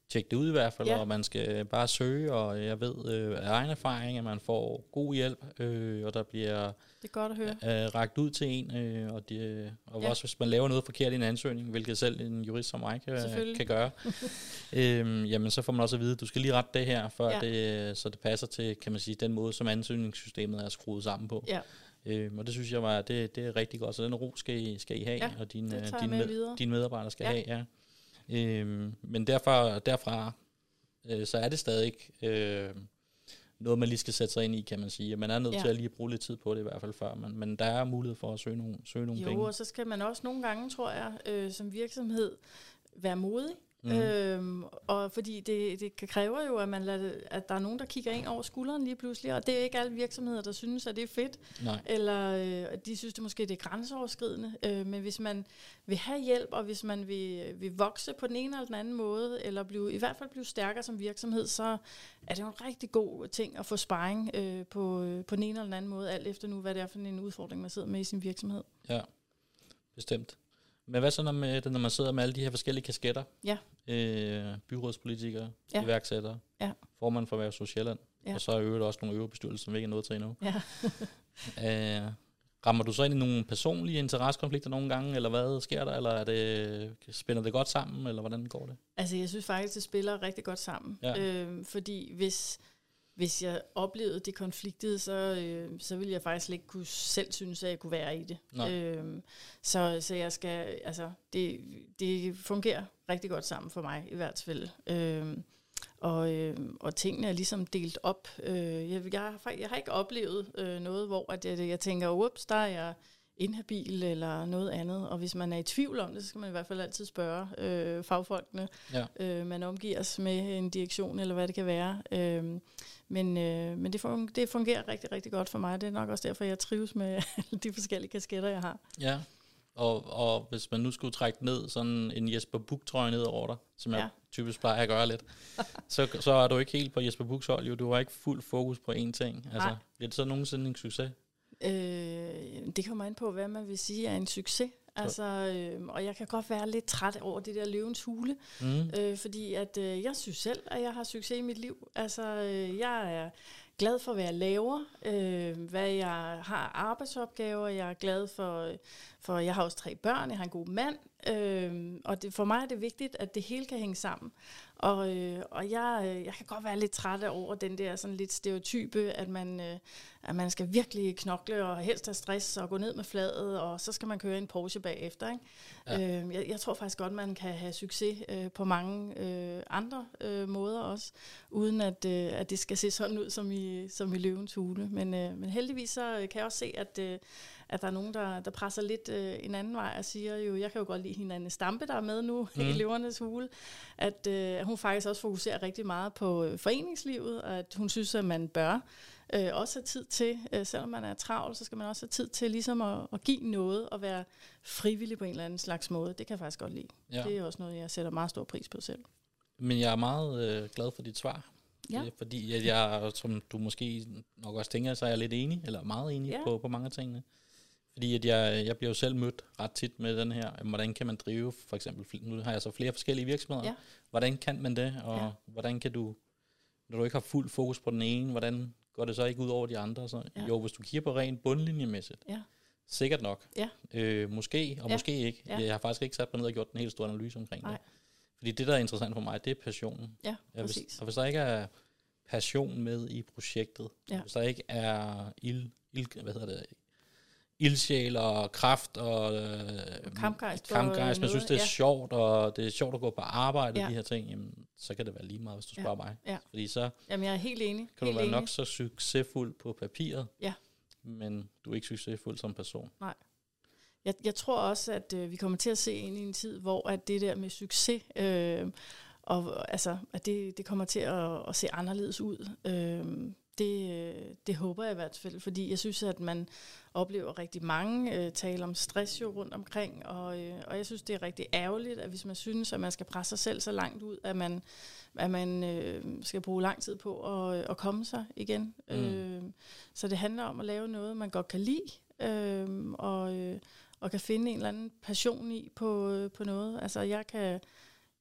tjekke det ud i hvert fald, og man skal bare søge, og jeg ved af egen erfaring, at man får god hjælp, og der bliver det er godt at høre. rakt ud til en, og også hvis man laver noget forkert i en ansøgning, hvilket selv en jurist som mig kan gøre, jamen så får man også at vide, at du skal lige rette det her, før så det passer til, kan man sige, den måde, som ansøgningssystemet er skruet sammen på. Ja. Og det synes jeg det er rigtig godt, så den ro skal I have, og dine medarbejdere skal have, ja. Men derfra så er det stadig noget, man lige skal sætte sig ind i, kan man sige. Man er nødt til at lige bruge lidt tid på det i hvert fald før, men der er mulighed for at søge nogle penge. Jo, og så skal man også nogle gange, tror jeg, som virksomhed være modig. Og fordi det kræver jo, at der er nogen, der kigger ind over skulderen lige pludselig, og det er ikke alle virksomheder, der synes, at det er fedt. Nej. Eller de synes, det måske det er grænseoverskridende. Men hvis man vil have hjælp, og hvis man vil vokse på den ene eller den anden måde, eller i hvert fald blive stærkere som virksomhed, så er det jo en rigtig god ting at få sparring på den ene eller den anden måde, alt efter nu, hvad det er for en udfordring, man sidder med i sin virksomhed. Ja, bestemt. Men hvad så når man sidder med alle de her forskellige kasketter? Ja. Byrådspolitikere, iværksættere, formand for Erhvervs- og Sjælland, og så er øvrigt også nogle øverbestyrelser, som vi ikke er nået til endnu. Ja. Rammer du så ind i nogle personlige interessekonflikter nogle gange, eller hvad sker der, eller spænder det godt sammen, eller hvordan går det? Altså jeg synes faktisk, det spiller rigtig godt sammen, fordi hvis jeg oplevede det konfliktet, så ville jeg faktisk ikke kunne selv synes, at jeg kunne være i det. Så jeg skal, altså, det fungerer rigtig godt sammen for mig i hvert fald. Og tingene er ligesom delt op. Jeg har ikke oplevet noget, hvor at jeg tænker, ups, der er jeg inhabil eller noget andet. Og hvis man er i tvivl om det, så skal man i hvert fald altid spørge fagfolkene. Man omgives med en direktion, eller hvad det kan være. Men det fungerer rigtig, rigtig godt for mig. Det er nok også derfor, jeg trives med de forskellige kasketter, jeg har. Ja, og hvis man nu skulle trække ned sådan en Jesper Buch-trøje ned over dig, som jeg typisk plejer at gøre lidt, så er du ikke helt på Jesper Buchs hold, jo. Du har ikke fuld fokus på én ting. Altså, bliver det så nogensinde en succes? Det kommer an på, hvad man vil sige er en succes. Altså, og jeg kan godt være lidt træt over det der løvens hule, fordi at jeg synes selv, at jeg har succes i mit liv. Altså, jeg er glad for, hvad jeg laver, hvad jeg har arbejdsopgaver, jeg er glad for jeg har også 3 børn, jeg har en god mand, og for mig er det vigtigt, at det hele kan hænge sammen. Og jeg kan godt være lidt træt over den der sådan lidt stereotype, at man skal virkelig knokle og helst have stress og gå ned med fladet, og så skal man køre en Porsche bagefter. Ikke? Ja. Jeg tror faktisk godt, man kan have succes på mange andre måder også, uden at det skal se sådan ud som i løvens hule. Men heldigvis så kan jeg også se, at der er nogen, der presser lidt en anden vej og siger jo, jeg kan jo godt lide hende Anne Stampe, der er med nu i Løvernes Hule, at hun faktisk også fokuserer rigtig meget på foreningslivet, og at hun synes, at man bør også have tid til, selvom man er travl, så skal man også have tid til ligesom at give noget og være frivillig på en eller anden slags måde. Det kan jeg faktisk godt lide. Ja. Det er også noget, jeg sætter meget stor pris på selv. Men jeg er meget glad for dit svar. Ja. Fordi at jeg, som du måske nok også tænker, så er jeg lidt enig, eller meget enig på mange af tingene. Fordi at jeg bliver jo selv mødt ret tit med den her, hvordan kan man drive, for eksempel, nu har jeg så flere forskellige virksomheder, hvordan kan man det, og hvordan kan du, når du ikke har fuld fokus på den ene, hvordan går det så ikke ud over de andre? Så, jo, hvis du kigger på rent bundlinjemæssigt, sikkert nok, måske, og måske ikke. Jeg har faktisk ikke sat mig ned og gjort en helt stor analyse omkring det. Fordi det, der er interessant for mig, det er passionen. Ja, præcis. Og hvis der ikke er passion med i projektet, hvis der ikke er ildsjæl og kraft og kampgejst, man synes, det er sjovt, og det er sjovt at gå på arbejde, de her ting, jamen, så kan det være lige meget, hvis du spørger mig. Ja. Fordi så jamen, jeg er helt enig. Kan du være nok så succesfuld på papiret, men du er ikke succesfuld som person. Nej. Jeg tror også, at vi kommer til at se ind i en tid, hvor at det der med succes, og altså, at det kommer til at se anderledes ud. Det håber jeg i hvert fald, fordi jeg synes, at man oplever rigtig mange tale om stress jo rundt omkring, og jeg synes, det er rigtig ærgerligt, at hvis man synes, at man skal presse sig selv så langt ud, at man skal bruge lang tid på at komme sig igen. Så det handler om at lave noget, man godt kan lide, og kan finde en eller anden passion i på noget. Altså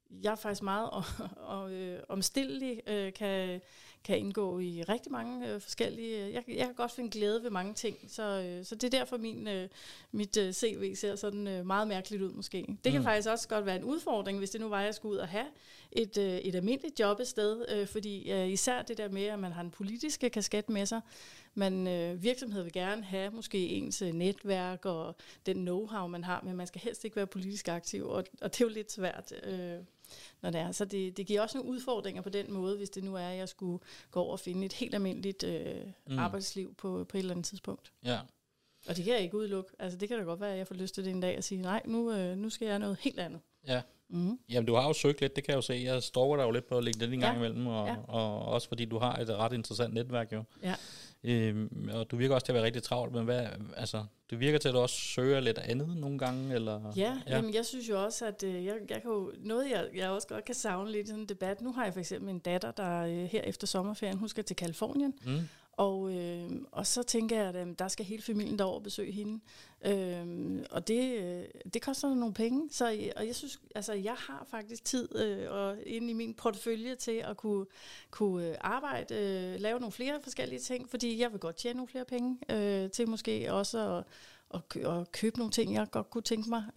jeg er faktisk meget omstillelig, kan indgå i rigtig mange forskellige. Jeg kan godt finde glæde ved mange ting, så det er derfor mit CV ser sådan meget mærkeligt ud måske. Det kan faktisk også godt være en udfordring, hvis det nu var, at jeg skulle ud og have et almindeligt job et sted, fordi især det der med, at man har en politiske kasket med sig, virksomhed vil gerne have måske ens netværk og den know-how, man har, men man skal helst ikke være politisk aktiv, og det er jo lidt svært, når det er. Så det giver også nogle udfordringer på den måde, hvis det nu er, at jeg skulle gå over og finde et helt almindeligt arbejdsliv på et eller andet tidspunkt. Ja. Og det kan jeg ikke udelukke. Altså det kan da godt være, at jeg får lyst til det en dag og sige, nej, nu skal jeg noget helt andet. Ja. Mm-hmm. Jamen, du har jo søgt lidt, det kan jeg jo se. Jeg stalker dig jo lidt på LinkedIn en gang imellem, og også fordi du har et ret interessant netværk jo. Ja. Og du virker også til at være rigtig travlt, men du virker til, at du også søger lidt andet nogle gange, eller? Ja. Jamen, jeg synes jo også, at jeg kan jo, noget jeg også godt kan savne lidt i sådan en debat. Nu har jeg for eksempel en datter, der her efter sommerferien, hun skal til Californien, og så tænker jeg, at der skal hele familien derover besøge hende. Og det koster nogle penge. Og jeg synes, altså jeg har faktisk tid inde i min portefølje til at kunne arbejde, lave nogle flere forskellige ting, fordi jeg vil godt tjene nogle flere penge til måske også at købe nogle ting, jeg godt kunne tænke mig,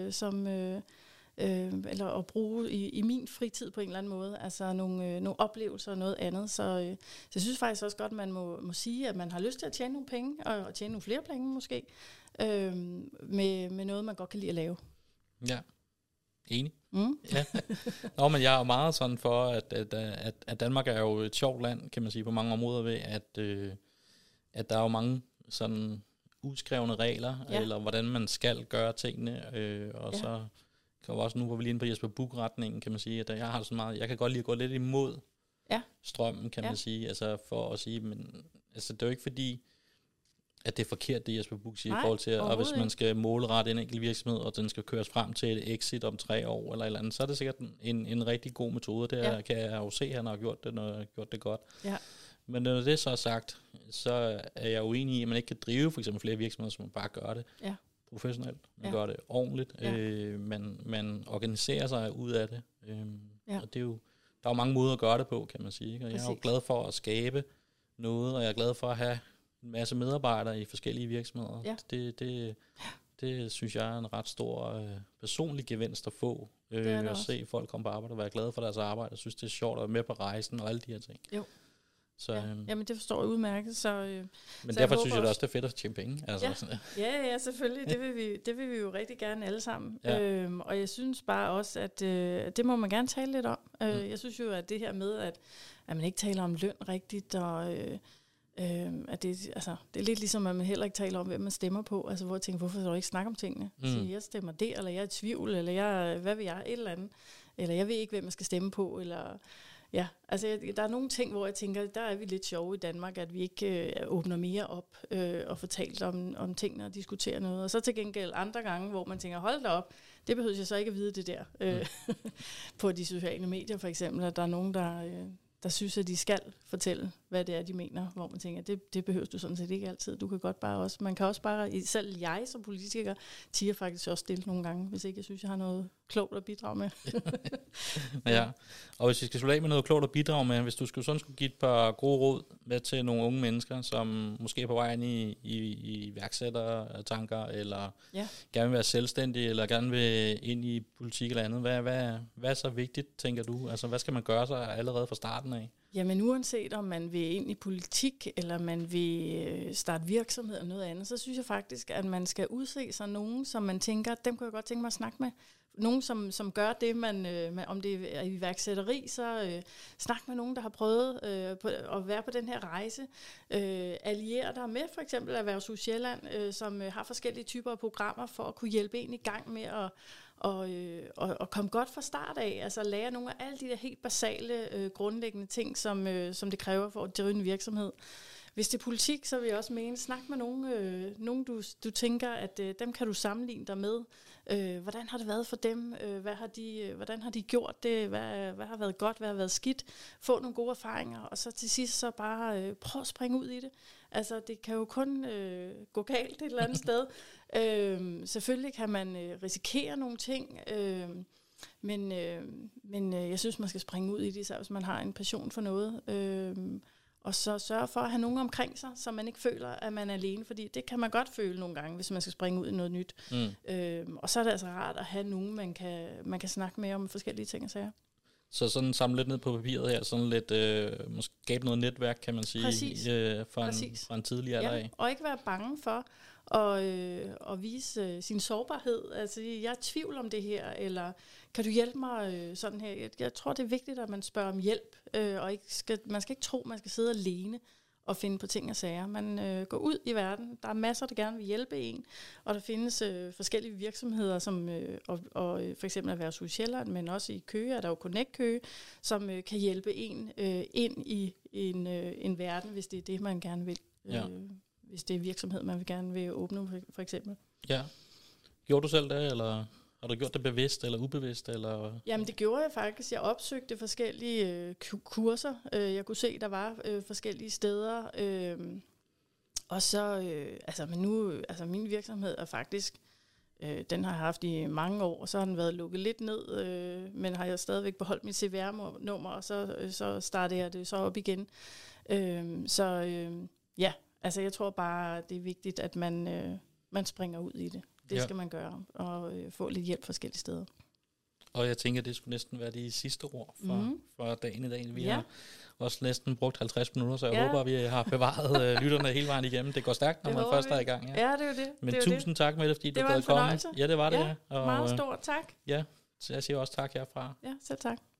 eller at bruge i min fritid på en eller anden måde, altså nogle oplevelser og noget andet. Så jeg synes faktisk også godt, at man må sige, at man har lyst til at tjene nogle penge, og tjene nogle flere penge måske, med noget, man godt kan lide at lave. Ja, enig. Ja. Nå, men jeg er meget sådan for, at Danmark er jo et sjovt land, kan man sige, på mange områder ved, at der er jo mange sådan udskrevne regler, eller hvordan man skal gøre tingene, og så kan jo også, nu hvor vi lige inde på Jesper Buch-retningen, kan man sige, at jeg har sådan meget, jeg kan godt lide at gå lidt imod strømmen, kan man sige, altså for at sige, men altså det er jo ikke fordi, at det er forkert, det Jesper Buch siger, i forhold til, at hvis man skal målrette en enkelt virksomhed, og den skal køres frem til et exit om 3 år, eller et eller andet, så er det sikkert en rigtig god metode. Det kan jeg jo se, at han har gjort det godt. Ja. Men når det så er sagt, så er jeg uenig i, at man ikke kan drive for eksempel flere virksomheder, som man bare gør det professionelt. Man gør det ordentligt. Man organiserer sig ud af det. Og det er jo, der er jo mange måder at gøre det på, kan man sige. Ikke? Og jeg er jo glad for at skabe noget, og jeg er glad for at have en masse medarbejdere i forskellige virksomheder. Ja. Det synes jeg er en ret stor personlig gevinst at få. At se folk komme på arbejde og være glade for deres arbejde. Jeg synes, det er sjovt at være med på rejsen og alle de her ting. Jo. Så, jamen det forstår jeg udmærket. Men derfor synes jeg også, det er fedt at tjene penge. Altså. Ja, selvfølgelig. Det vil vi jo rigtig gerne alle sammen. Ja. Og jeg synes bare også, at det må man gerne tale lidt om. Jeg synes jo, at det her med, at man ikke taler om løn rigtigt, og at det er lidt ligesom, at man heller ikke taler om, hvem man stemmer på. Altså hvor jeg tænker, hvorfor skal du ikke snakke om tingene? Så jeg stemmer det, eller jeg er i tvivl, eller hvad vil jeg, et eller andet. Eller jeg ved ikke, hvem man skal stemme på, eller... Ja, altså der er nogle ting, hvor jeg tænker, der er vi lidt sjove i Danmark, at vi ikke åbner mere op og får talt om tingene og diskuterer noget. Og så til gengæld andre gange, hvor man tænker, hold da op, det behøver jeg så ikke at vide det der. På de sociale medier for eksempel, at der er nogen, der synes, at de skal fortælle, hvad det er, de mener, hvor man tænker, det behøver du sådan set ikke altid. Du kan godt bare også, man kan også bare, selv jeg som politiker, tiger faktisk også stille nogle gange, hvis ikke jeg synes, jeg har noget klogt at bidrage med. Ja, og hvis vi skal slutte af med noget klogt at bidrage med, hvis du skulle give et par gode råd med til nogle unge mennesker, som måske er på vej ind i iværksættertanker, eller gerne vil være selvstændige, eller gerne vil ind i politik eller andet, hvad er så vigtigt, tænker du? Altså, hvad skal man gøre sig allerede fra starten af? Jamen uanset om man vil ind i politik, eller man vil starte virksomhed eller noget andet, så synes jeg faktisk, at man skal udse sig nogen, som man tænker, dem kunne jeg godt tænke mig at snakke med. Nogen, som gør det, om det er iværksætteri, så snak med nogen, der har prøvet at være på den her rejse. Alliere dig med for eksempel Erhvervshus Sjælland, som har forskellige typer af programmer for at kunne hjælpe en i gang med at komme godt fra start af. Altså lære nogle af alle de der helt basale, grundlæggende ting, som det kræver for at drive en virksomhed. Hvis det er politik, så vil jeg også mene, snak med nogen du tænker, at dem kan du sammenligne dig med. Hvordan har det været for dem? Hvordan har de gjort det? Hvad har været godt? Hvad har været skidt? Få nogle gode erfaringer, og så til sidst så bare prøv at springe ud i det. Altså det kan jo kun gå galt et eller andet sted. Selvfølgelig kan man risikere nogle ting, Men jeg synes, man skal springe ud i det, hvis man har en passion for noget. Og så sørge for at have nogen omkring sig, så man ikke føler, at man er alene. Fordi det kan man godt føle nogle gange, hvis man skal springe ud i noget nyt. Og så er det altså rart at have nogen, man kan snakke med om forskellige ting og sager. Så sådan samle lidt ned på papiret her, sådan lidt, måske skabe noget netværk, kan man sige, fra en tidlig alder af. Og ikke være bange for at vise sin sårbarhed. Altså, jeg er i tvivl om det her, eller kan du hjælpe mig sådan her? Jeg tror, det er vigtigt, at man spørger om hjælp, og man skal ikke tro, man skal sidde alene og finde på ting og sager. Man går ud i verden. Der er masser, der gerne vil hjælpe en, og der findes forskellige virksomheder, som og for eksempel Erhvervshus Sjælland, men også i Køge, er der jo Connect Køge, som kan hjælpe en ind i en verden, hvis det er det, man gerne vil. Hvis det er virksomhed, man vil gerne vil åbne, for eksempel. Ja. Gjorde du selv det, eller har du gjort det bevidst eller ubevidst? Eller? Jamen, det gjorde jeg faktisk. Jeg opsøgte forskellige kurser. Jeg kunne se, der var forskellige steder. Og så, min virksomhed er faktisk, den har jeg haft i mange år, og så har den været lukket lidt ned, men har jeg stadigvæk beholdt mit CVR-nummer, og så startede jeg det så op igen. Altså jeg tror bare, det er vigtigt, at man springer ud i det. Det skal man gøre, og få lidt hjælp forskellige steder. Og jeg tænker, det skulle næsten være de sidste ord for dagen i dag. Vi har også næsten brugt 50 minutter, så jeg håber, vi har bevaret lytterne hele vejen igennem. Det går stærkt, når man først er i gang. Ja, det er jo det. Men tusind tak, Mette, fordi du gad komme. Det var en fornøjelse. Ja, det var det. Ja, meget stort tak. Ja, så jeg siger også tak herfra. Ja, selv tak.